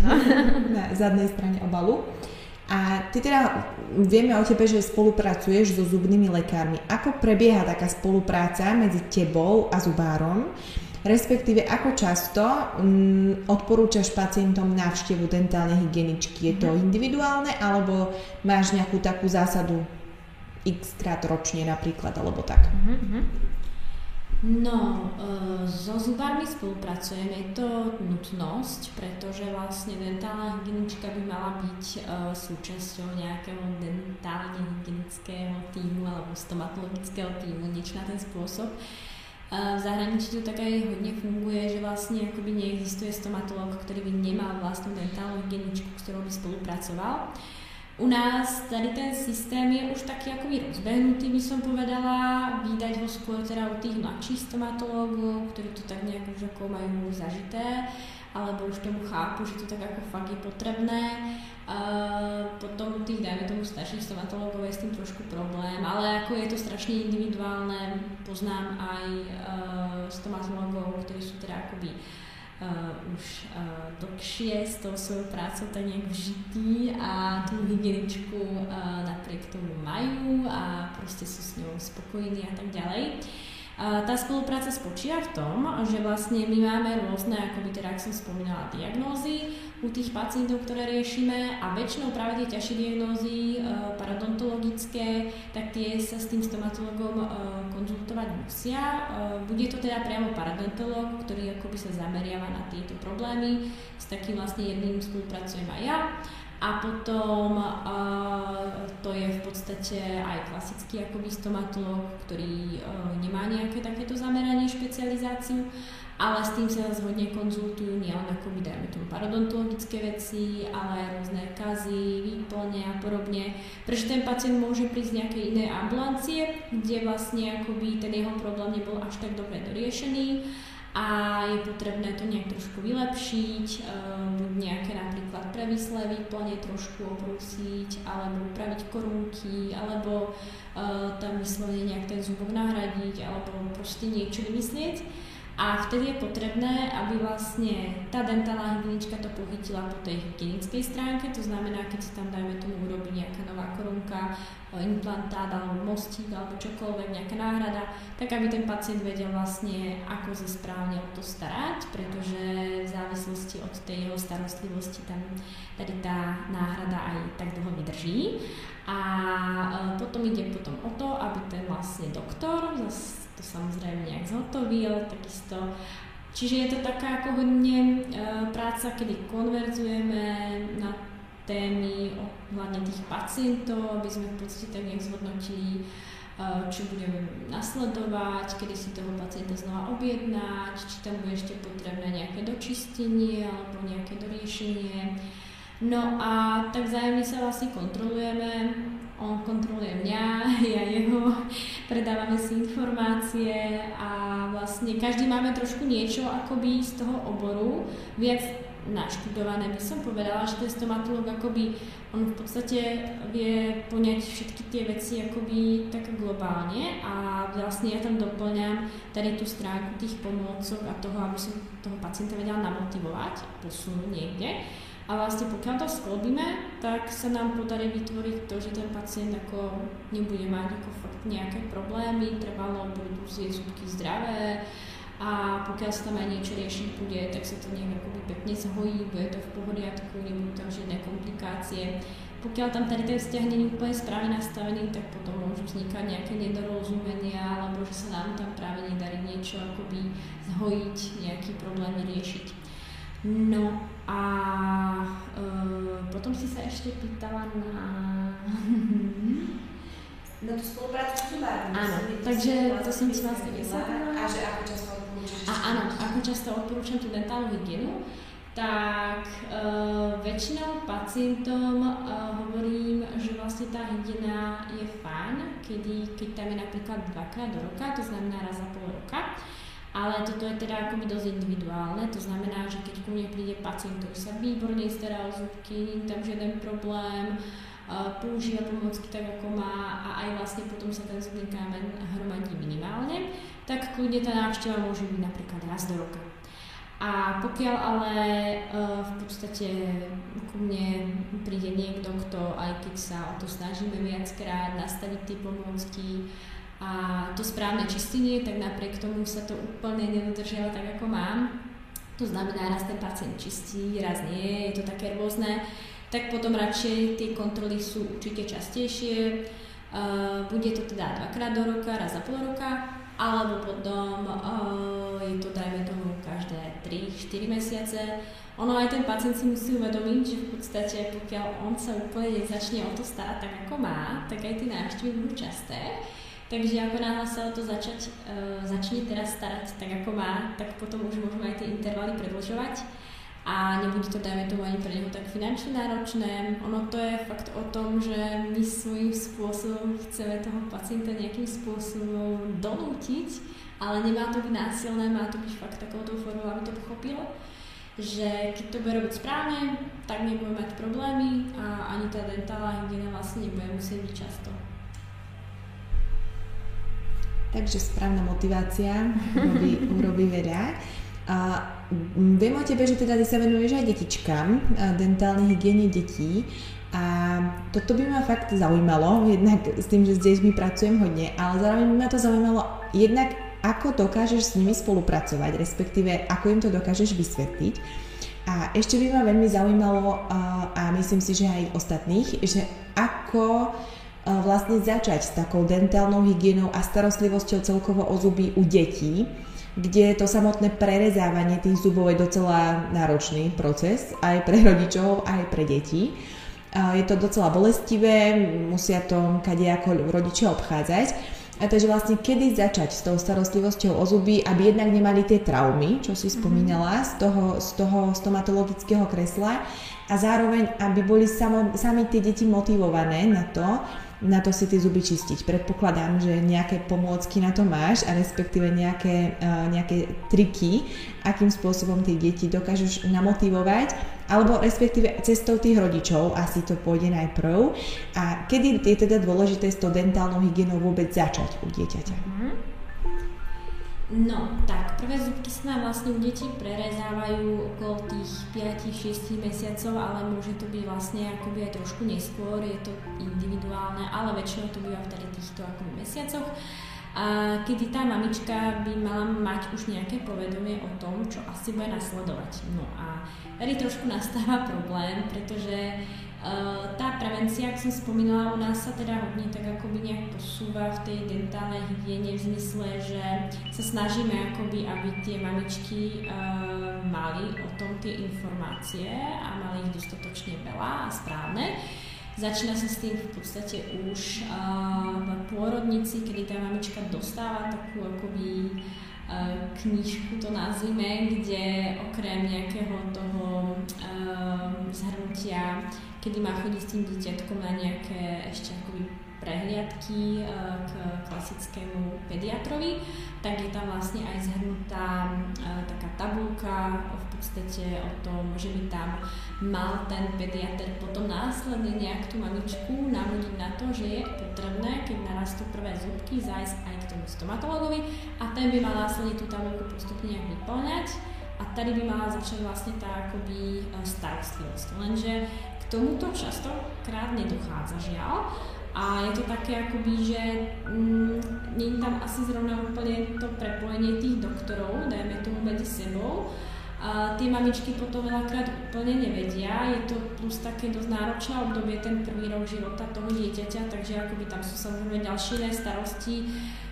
na zadnej strane obalu. A ty teda, vieme o tebe, že spolupracuješ so zubnými lekármi. Ako prebieha taká spolupráca medzi tebou a zubárom? Respektíve, ako často um, odporúčaš pacientom návštevu dentálnej hygieničky? Je to individuálne, alebo máš nejakú takú zásadu x krát ročne napríklad, alebo tak? Mm-hmm. No, so zubármi spolupracujeme, je to nutnosť, pretože vlastne dentálna hygienička by mala byť súčasťou nejakého dentálne-hygienického týmu alebo stomatologického týmu, niečo na ten spôsob. V zahraničí to tak aj hodne funguje, že vlastne akoby neexistuje stomatolog, ktorý by nemal vlastnú dentálnu hygieničku, s ktorou by spolupracoval. U nás tady ten systém je už taký akoby rozbehnutý, by som povedala, vídať ho skôr teda u tých mladších stomatológov, ktorí to tak nejak už ako majú zažité, alebo už tomu chápu, že to tak ako fakt je potrebné. Uh, potom u tých, dajme tomu, starších stomatológov je s tým trošku problém, ale ako je to strašne individuálne, poznám aj uh, stomatológov, ktorí sú teda akoby Uh, už uh, dlhšie s tou svojou prácou tak nejak vžitý a tú hygieničku uh, napriek tomu majú a proste sú s ňou spokojní a tak ďalej. Uh, tá spolupráca spočíva v tom, že vlastne my máme rôzne, akoby teda, ak som spomínala, diagnózy u tých pacientov, ktoré riešime a väčšinou práve tie ťažšie diagnózy uh, paradontologické, tak tie sa s tým stomatologom uh, konzultovať musia. Uh, bude to teda priamo paradontolog, ktorý akoby sa zameriava na tieto problémy. S takým vlastne jedným spolupracujem aj ja. A potom uh, to je v podstate aj klasický akoby stomatolog, ktorý uh, nemá nejaké takéto zameranie, špecializáciu, ale s tým sa hodne konzultujú nielen akoby dajme tomu parodontologické veci, ale aj rôzne kazy, výplne a podobne. Pretože ten pacient môže prísť z nejakej inej ambulancie, kde vlastne akoby ten jeho problém nebol až tak dobre doriešený a je potrebné to nejak trošku vylepšiť, buď nejaké napríklad previslé výplne trošku obrúsiť, alebo upraviť korunky, alebo uh, tam vyslovene nejak ten zubok nahradiť, alebo proste niečo vymyslieť. A vtedy je potrebné, aby vlastne tá dentálna hygienička to pochytila po tej hygienickej stránke, to znamená, keď si tam dajme tomu urobí nejaká nová korunka, implantát alebo mostík alebo čokoľvek, nejaká náhrada, tak aby ten pacient vedel vlastne, ako sa správne o to starať, pretože v závislosti od tej jeho starostlivosti tam tady tá náhrada aj tak dlho vydrží. A potom ide potom o to, aby ten vlastne doktor zase to samozrejme nejak zhotovil, takisto. Čiže je to taká ako hodne e, práca, kedy konverzujeme na témy ohľadne tých pacientov, aby sme v podstate tak nejak zhodnotili, e, čo budeme nasledovať, kedy si toho pacienta znova objednať, či tam bude ešte potrebné nejaké dočistenie alebo nejaké doriešenie. No a tak vzájemne sa vlastne kontrolujeme, on kontroluje mňa, ja jeho, predávame si informácie a vlastne každý máme trošku niečo akoby z toho oboru, viac naštudované by som povedala, že ten stomatolog akoby, on v podstate vie poňať všetky tie veci akoby tak globálne a vlastne ja tam doplňam tady tú stránku tých pomôcok a toho, aby som toho pacienta vedela namotivovať a posunúť niekde. A vlastne pokiaľ to sklobíme, tak sa nám podarí vytvoriť to, že ten pacient ako nebude mať ako fakt nejaké problémy, trvalo budú si zubky zdravé a pokiaľ sa tam aj niečo riešiť bude, tak sa to nejak akoby pekne zhojí, bude to v poriadku, nebudú tam žiadne komplikácie. Pokiaľ tam tady ten vzťah nie je úplne správne nastavený, tak potom môžu vznikať nejaké nedorozumenia, alebo že sa nám tam práve nedarí niečo akoby zhojiť, nejaký problém riešiť. No a uh, potom si sa ešte pýtala na... na tú spoluprácu s zubármi. Áno, takže to som si vlastne vysvetlila. A že ako často odporúčaš? A áno, ako často odporúčam tú dentálnu hygienu, tak uh, väčšinou pacientom uh, hovorím, že vlastne tá hygiena je fajn, kedy, keď tam je napríklad dvakrát do roka, to znamená raz za pol roka. Ale toto je teda akoby dosť individuálne, to znamená, že keď ku mne príde pacient, ktorý sa výborne stará o zubky, nie je tam žiaden problém, používa pomôcky tak, ako má a aj vlastne potom sa ten zubný kámen hromadí minimálne, tak kľudne tá návšteva môže byť napríklad raz do roka. A pokiaľ ale uh, v podstate ku mne príde niekto, kto aj keď sa o to snažíme viackrát nastaviť tie pomôcky a to správne čistenie, tak napriek tomu sa to úplne nedodržiava tak, ako mám. To znamená, raz ten pacient čistí, raz nie, je to také rôzne. Tak potom radšej tie kontroly sú určite častejšie. Uh, bude to teda dvakrát do roka, raz za pol roka, alebo potom uh, je to, dajme tomu, každé tri štyri mesiace. Ono aj ten pacient si musí uvedomiť, že v podstate pokiaľ on sa úplne nezačne o to starať tak, ako má, tak aj tie návštevy budú časté. Takže ako náhle sa o to začať, uh, začne teraz starať tak, ako má, tak potom už môžeme aj tie intervaly predĺžovať. A nebude to, dajme tomu, ani pre neho tak finančne náročné. Ono to je fakt o tom, že my svojím spôsobom chceme toho pacienta nejakým spôsobom donútiť, ale nemá to byť násilné, má to byť fakt takouto formou, aby to pochopilo, že keď to bude robiť správne, tak nebude mať problémy a ani tá dentálna hygiena vlastne nebude musieť byť často. Takže správna motivácia urobí, urobí veľa. A viem o tebe, že teda ty sa venuješ aj detičkám, dentálnej hygiene detí a toto by ma fakt zaujímalo, jednak s tým, že s deťmi pracujem hodne, ale zároveň by ma to zaujímalo jednak ako dokážeš s nimi spolupracovať, respektíve ako im to dokážeš vysvetliť. A ešte by ma veľmi zaujímalo a myslím si, že aj ostatných, že ako vlastne začať s takou dentálnou hygienou a starostlivosťou celkovo o zuby u detí, kde to samotné prerezávanie tých zubov je docela náročný proces aj pre rodičov, aj pre deti. Je to docela bolestivé, musia to kadejako rodičia obchádzať. A takže vlastne kedy začať s tou starostlivosťou o zuby, aby jednak nemali tie traumy, čo si spomínala, z toho, z toho stomatologického kresla a zároveň, aby boli samo, sami tie deti motivované na to, na to si tie zuby čistiť. Predpokladám, že nejaké pomôcky na to máš a respektíve nejaké, uh, nejaké triky, akým spôsobom tie deti dokážeš namotivovať, alebo respektíve cestou tých rodičov, asi to pôjde najprv. A kedy je teda dôležité s tou dentálnou hygienou vôbec začať u dieťaťa? Mm-hmm. No, tak, prvé zubky sa nám vlastne u detí prerezávajú okolo tých päť až šesť mesiacov, ale môže to byť vlastne akoby aj trošku neskôr, je to individuálne, ale väčšinou to býva v týchto akoby mesiacoch. A kedy tá mamička by mala mať už nejaké povedomie o tom, čo asi bude nasledovať. No a tady trošku nastáva problém, pretože Uh, tá prevencia, ak som spomínala, u nás sa teda hodne tak akoby nejak posúva v tej dentálnej hygiene v zmysle, že sa snažíme akoby, aby tie mamičky uh, mali o tom tie informácie a mali ich dostatočne veľa a správne. Začína sa s tým v podstate už uh, v pôrodnici, kedy tá mamička dostáva takú akoby uh, knižku, to nazvime, kde okrem nejakého toho uh, zhrnutia, kedy má chodiť s tým dieťatkom na nejaké ešte akoby prehliadky k klasickému pediatrovi, tak je tam vlastne aj zhrnutá taká tabuľka v podstate o tom, že by tam mal ten pediatr potom následne nejak tú mamičku navodiť na to, že je potrebné, keď narastú prvé zubky, zájsť aj k tomu stomatologovi a ten by mal následne tú tabuľku postupne nejak vyplňať a tady by mala začať vlastne tá akoby starostlivosť. Lenže tomuto častokrát nedochádza, žiaľ. A je to také akoby, že mm, nie je tam asi zrovna úplne to prepojenie tých doktorov, dajme tomu medzi sebou. A tie mamičky potom veľakrát úplne nevedia, je to plus také dosť náročné obdobie, ten prvý rok života toho dieťaťa, takže akoby tam sú samozrejme ďalšie iné starosti.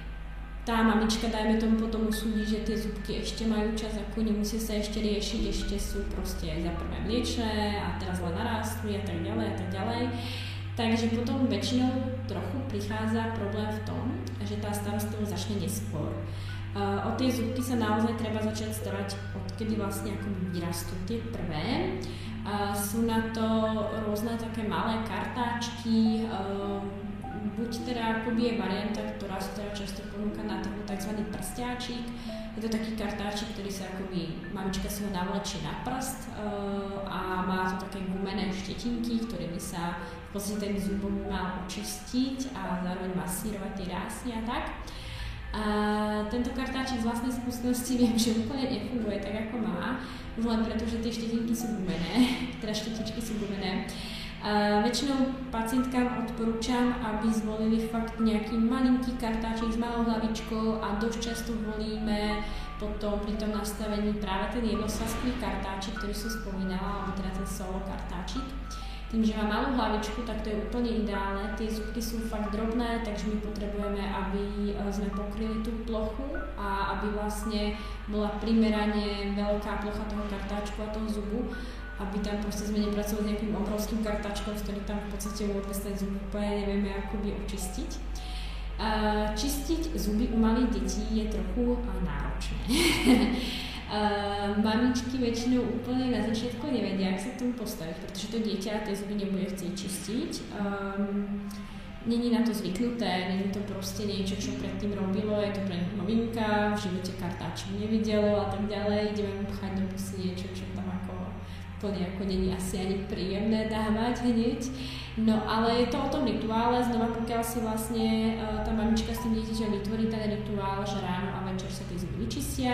Tá mamička, dajme tomu, potom usúdi, že tie zubky ešte majú čas, ako nemusia sa ešte riešiť, ešte sú proste aj za prvé mliečné a teraz len narástli a tak ďalej a tak ďalej. Takže potom väčšinou trochu prichádza problém v tom, že tá starostlivosť začne neskôr. Uh, o tie zubky sa naozaj treba začať starať, odkedy vlastne akoby vyrastú tie prvé. Uh, sú na to rôzne také malé kartáčky, uh, buď buď teda akoby je varianta, ktorá sa teda často ponúka na trhu, tzv. Prsťáčik. Je to taký kartáčik, ktorý sa akoby, mamička si ho navlečie na prst uh, a má to také gumené štetinky, ktorými sa v podstate ten zubom má očistiť a zároveň masírovať tie rásne a tak. A tento kartáčik z vlastnej skúsenosti viem, že úplne nefunguje tak, ako má, už len preto, že tie štetinky sú gumené, teda štetičky sú gumené. A väčšinou pacientkám odporúčam, aby zvolili fakt nejaký malinký kartáčik s malou hlavičkou a dosť často volíme potom pri tom nastavení práve ten jednosvazkový kartáčik, ktorý som spomínala, alebo teda ten solo kartáčik. Tým, že má malú hlavičku, tak to je úplne ideálne. Tie zubky sú fakt drobné, takže my potrebujeme, aby sme pokryli tú plochu a aby vlastne bola primerane veľká plocha toho kartáčku a toho zubu, aby tam proste sme nepracovali s nejakým obrovským kartáčkom, s ktorým tam v podstate vôbec ten zub úplne nevieme akoby očistiť. Čistiť zuby u malých detí je trochu náročné. Uh, mamičky väčšinou úplne na začiatku nevedia, ak sa k tomu postaviť, pretože to dieťa tie zuby nebude chcieť čistiť. Um, Není na to zvyknuté, není to proste niečo, čo predtým robilo, je to pre nich novinka, v živote kartáčik nevidelo a tak ďalej. Ideme mu pchať do pusy niečo, čo tam ako úplne ako není asi ani príjemné dávať hneď. No ale je to o tom rituále, znova pokiaľ si vlastne uh, tá mamička s tým dieťaťom vytvorí ten rituál, že ráno a večer sa tie zuby vyčistia,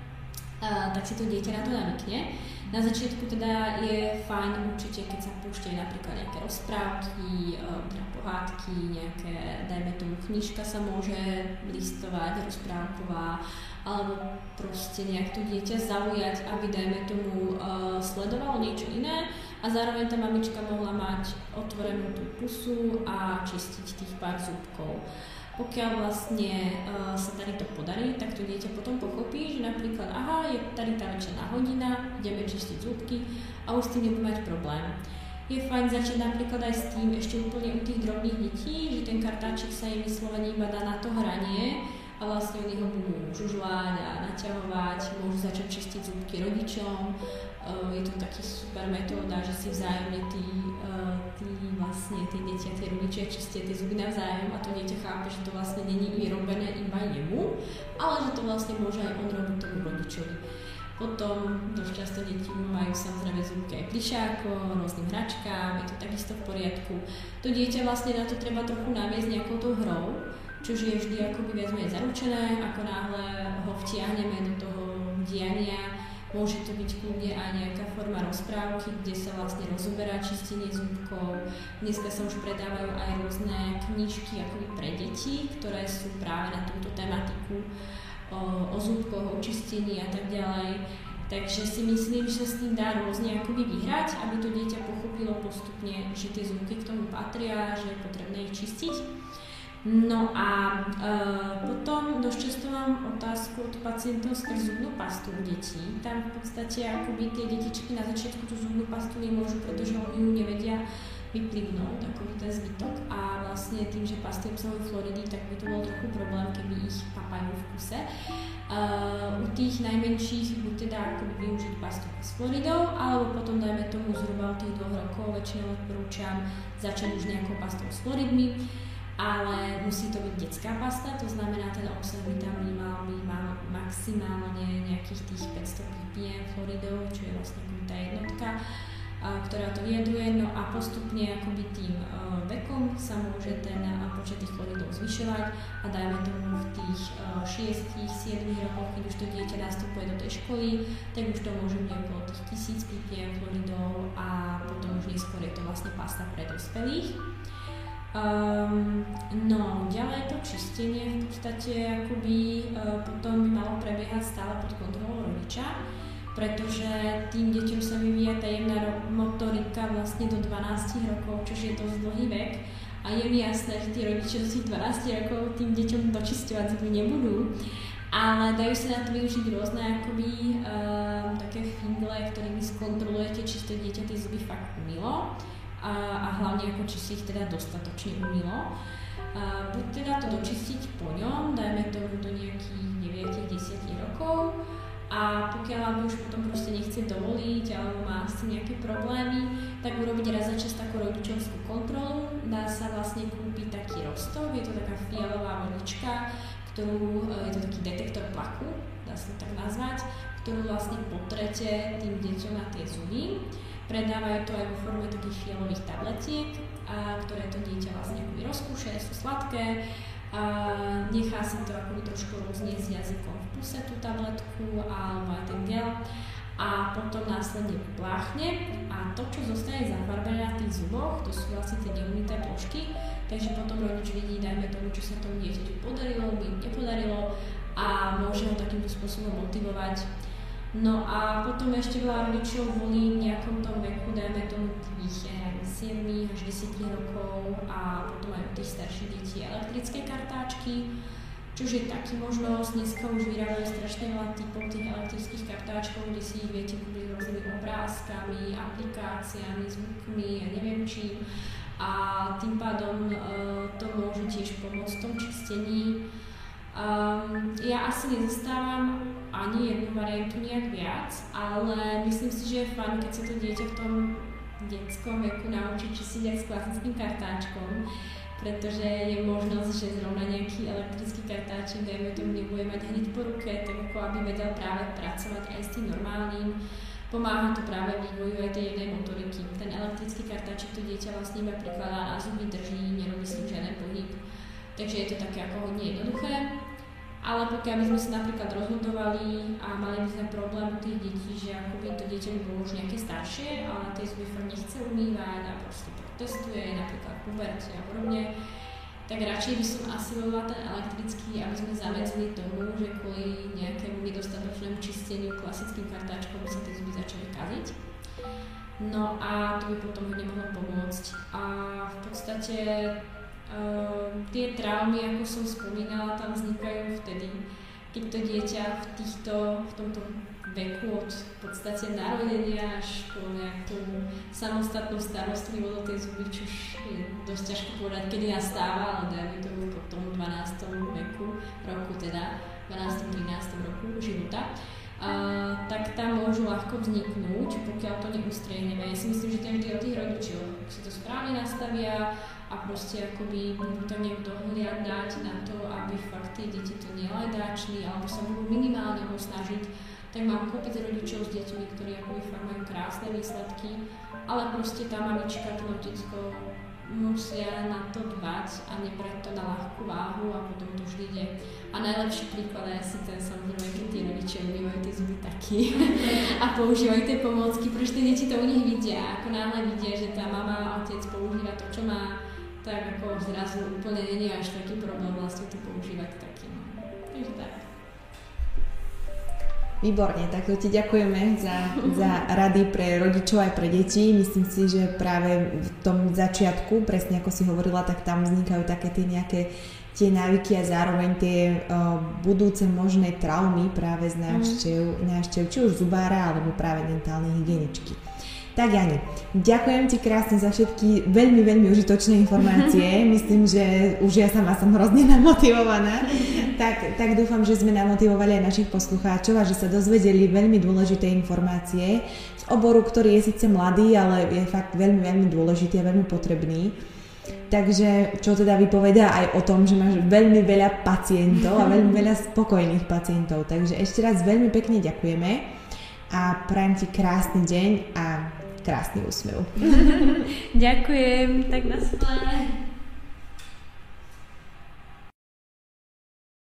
Uh, tak si to dieťa na to navykne. Na začiatku teda je fajn určite, keď sa púšťajú napríklad nejaké rozprávky, uh, teda pohádky, nejaké, dajme tomu, knižka sa môže listovať, rozprávková, alebo proste nejak to dieťa zaujať, aby, dajme tomu, uh, sledovalo niečo iné a zároveň tá mamička mohla mať otvorenú tú pusu a čistiť tých pár zúbkov. Pokiaľ vlastne uh, sa tady to podarí, tak to dieťa potom pochopí, že napríklad aha, je tady tá večerná hodina, ideme čistiť zúbky a už s tým nebude mať problém. Je fajn začať napríklad aj s tým ešte úplne u tých drobných detí, že ten kartáčik sa im vyslovene iba dá na to hranie a vlastne oni ho budú žužľať a naťahovať, môžu začať čistiť zúbky rodičom. Uh, je to taký super metóda, že si vzájomne tí, uh, tí vlastne tie deti a tie rodičia čistia tie zuby navzájom a to dieťa chápe, že to vlastne není vyrobené iba jemu, ale že to vlastne môže aj on robiť tomu rodičovi. Potom dosť často deti majú samozrejme zubky aj plišákom, rôznym hračkám, je to takisto v poriadku. To dieťa vlastne na to treba trochu naviesť nejakou tou hrou, čož je vždy akoby viac menej zaručené, ako náhle ho vtiahneme do toho diania. Môže to byť kľudne aj nejaká forma rozprávky, kde sa vlastne rozoberá čistenie zúbkov. Dneska sa už predávajú aj rôzne knižky akoby pre deti, ktoré sú práve na túto tematiku o, o zúbkoch, o čistení a tak ďalej. Takže si myslím, že s tým dá rôzne akoby vyhrať, aby to dieťa pochopilo postupne, že tie zúbky k tomu patria, že je potrebné ich čistiť. No a e, potom dosť často mám otázku od pacientov skrz zubnú pastu u detí. Tam v podstate akoby tie detičky na začiatku tú zubnú pastu nemôžu, pretože oni ju nevedia vyplivnúť, takový ten zbytok. A vlastne tým, že pasty obsahujú fluoridy, tak by to bol trochu problém, keby ich papajú v kuse. Uh, u tých najmenších buď teda akoby využiť pastu s fluoridou, alebo potom dajme tomu zhruba od tých dvoch rokov väčšinou odporúčam začať už nejakou pastou s fluoridmi. Ale musí to byť detská pasta, to znamená, ten obsah vitamín mal by mal maximálne nejakých tých päťsto ppm fluoridov, čo je vlastne tá jednotka, ktorá to vyjadruje. No a postupne akoby tým vekom sa môže ten počet tých fluoridov zvyšovať a dajme tomu v tých šiestich siedmich rokoch, keď už to dieťa nastupuje do tej školy, tak už to môže byť okolo tých tisíc ppm fluoridov a potom už neskôr je to vlastne pasta pre dospelých. Um, no, ďalej to čistenie v podstate akoby uh, potom by malo prebiehať stále pod kontrolou rodiča, pretože tým deťom sa vyvíja tá jemná motorika vlastne do dvanásť rokov, čo je dosť dlhý vek a je mi jasné, že tí rodičia do tých dvanásť rokov tým deťom dočisťovať zuby nebudú, ale dajú sa na to využiť rôzne akoby um, také fingle, ktorými skontrolujete, či to dieťa tie zuby fakt umylo. A, a hlavne ako či si ich teda dostatočne umylo. A buď teda to dočistiť po ňom, dajme to do nejakých deväť desať rokov a pokiaľ už potom proste nechce dovoliť alebo má s tým nejaké problémy, tak urobiť raz za čas takú rodičovskú kontrolu. Dá sa vlastne kúpiť taký roztok, je to taká fialová vodička, ktorú, je to taký detektor plaku, dá sa to tak nazvať, ktorú vlastne potrete tým deťom na tie zuby. Predávajú to aj vo forme takých fialových tabletiek, a ktoré to dieťa vlastne akoby rozkúše, sú sladké. A nechá si to akoby trošku rozniesť jazykom v puse tú tabletku alebo aj ten gel a potom následne vypláchne a to, čo zostane zafarbené na tých zuboch, to sú vlastne tie neumyté plošky, takže potom rodič vidí, dajme tomu, čo sa tomu dieťaťu podarilo, by nepodarilo a môže ho takýmto spôsobom motivovať. No a potom ešte veľa rodičov volí v nejakom tom veku, dajme tomu tých sedem až desať rokov a potom aj u tých starších detí elektrické kartáčky, čož je taký možnosť. Dneska už vyrábajú strašne veľa typov tých elektrických kartáčkov, kde si ich viete kúpiť s rôznymi obrázkami, aplikáciami, zvukmi a neviem čím. A tým pádom e, to môže tiež pomôcť v tom čistení. Um, ja asi nezastávam ani jednu variantu nejak viac, ale myslím si, že je fajn, keď sa to dieťa v tom detskom veku naučí čistiť aj s klasickým kartáčkom, pretože je možnosť, že zrovna nejaký elektrický kartáček, dajme tomu, nebude mať hneď po ruke, tak ako aby vedel práve pracovať aj s tým normálnym. Pomáha to práve vývoju aj tej jednej motoriky. Ten elektrický kartáček to dieťa vlastne iba prikladá na zuby, drží, nerobí s tým žiaden pohyb. Takže je to také ako hodne jednoduché, ale pokiaľ by sme sa napríklad rozhodovali a mali by sme problém u tých detí, že akoby to dieťa by bolo už nejaké staršie, ale tie zuby fakt nechce umývať a proste protestuje, napríklad v puberte a podobne, tak radšej by som asi volila ten elektrický, aby sme zamedzili tomu, že kvôli nejakému nedostatočnému čisteniu klasickým kartáčkom by sa tie zuby začali kaziť. No a to by potom hodne mohlo pomôcť. A v podstate Uh, tie traumy, ako som spomínala, tam vznikajú vtedy, keď to dieťa v týchto, v tomto veku od v podstate narodenia až po nejakú samostatnú starostlivosť o tie zuby, čo je dosť ťažko povedať, kedy nastáva, ale dajme tomu po tom dvanástom veku, roku teda, dvanástom trinástom roku života. Uh, tak tam môžu ľahko vzniknúť, pokiaľ to neustrehneme. Ja si myslím, že to je vždy o tých rodičoch, ak si to správne nastavia a proste akoby budú to niekto dohliadať na to, aby fakt tie deti to nelajdáčli alebo sa budú minimálne ho snažiť, tak mám kopec rodičov s deťmi, ktorí akoby fakt majú krásne výsledky, ale proste tá mamička, to otecko musia na to dbať a nebrať to na ľahkú váhu a potom to vždy ide. A najlepší príklad je asi ten, samozrejme, keď tí rodičia umývajú tie zuby taký a používajú tie pomôcky, pretože tie deti to u nich vidia. Ako náhle vidia, že tá mama a otec používa to, čo má, tak ako zrazu úplne nie je až taký problém vlastne to používať takým. Takže tak. Výborne, tak to ti ďakujeme za, za rady pre rodičov aj pre deti. Myslím si, že práve v tom začiatku, presne ako si hovorila, tak tam vznikajú také tie nejaké tie návyky a zároveň tie uh, budúce možné traumy práve z návštev, návštev či už zubára alebo práve dentálnej hygieničky. Tak Jani, ďakujem ti krásne za všetky veľmi, veľmi užitočné informácie. Myslím, že už ja sama som hrozne namotivovaná. Tak, tak dúfam, že sme namotivovali aj našich poslucháčov a že sa dozvedeli veľmi dôležité informácie z oboru, ktorý je síce mladý, ale je fakt veľmi, veľmi dôležitý a veľmi potrebný. Takže čo teda vypovedá aj o tom, že máš veľmi veľa pacientov a veľmi veľa spokojných pacientov. Takže ešte raz veľmi pekne ďakujeme a prajem ti krásny deň a krásny úsmev. Ďakujem, tak nasledujeme.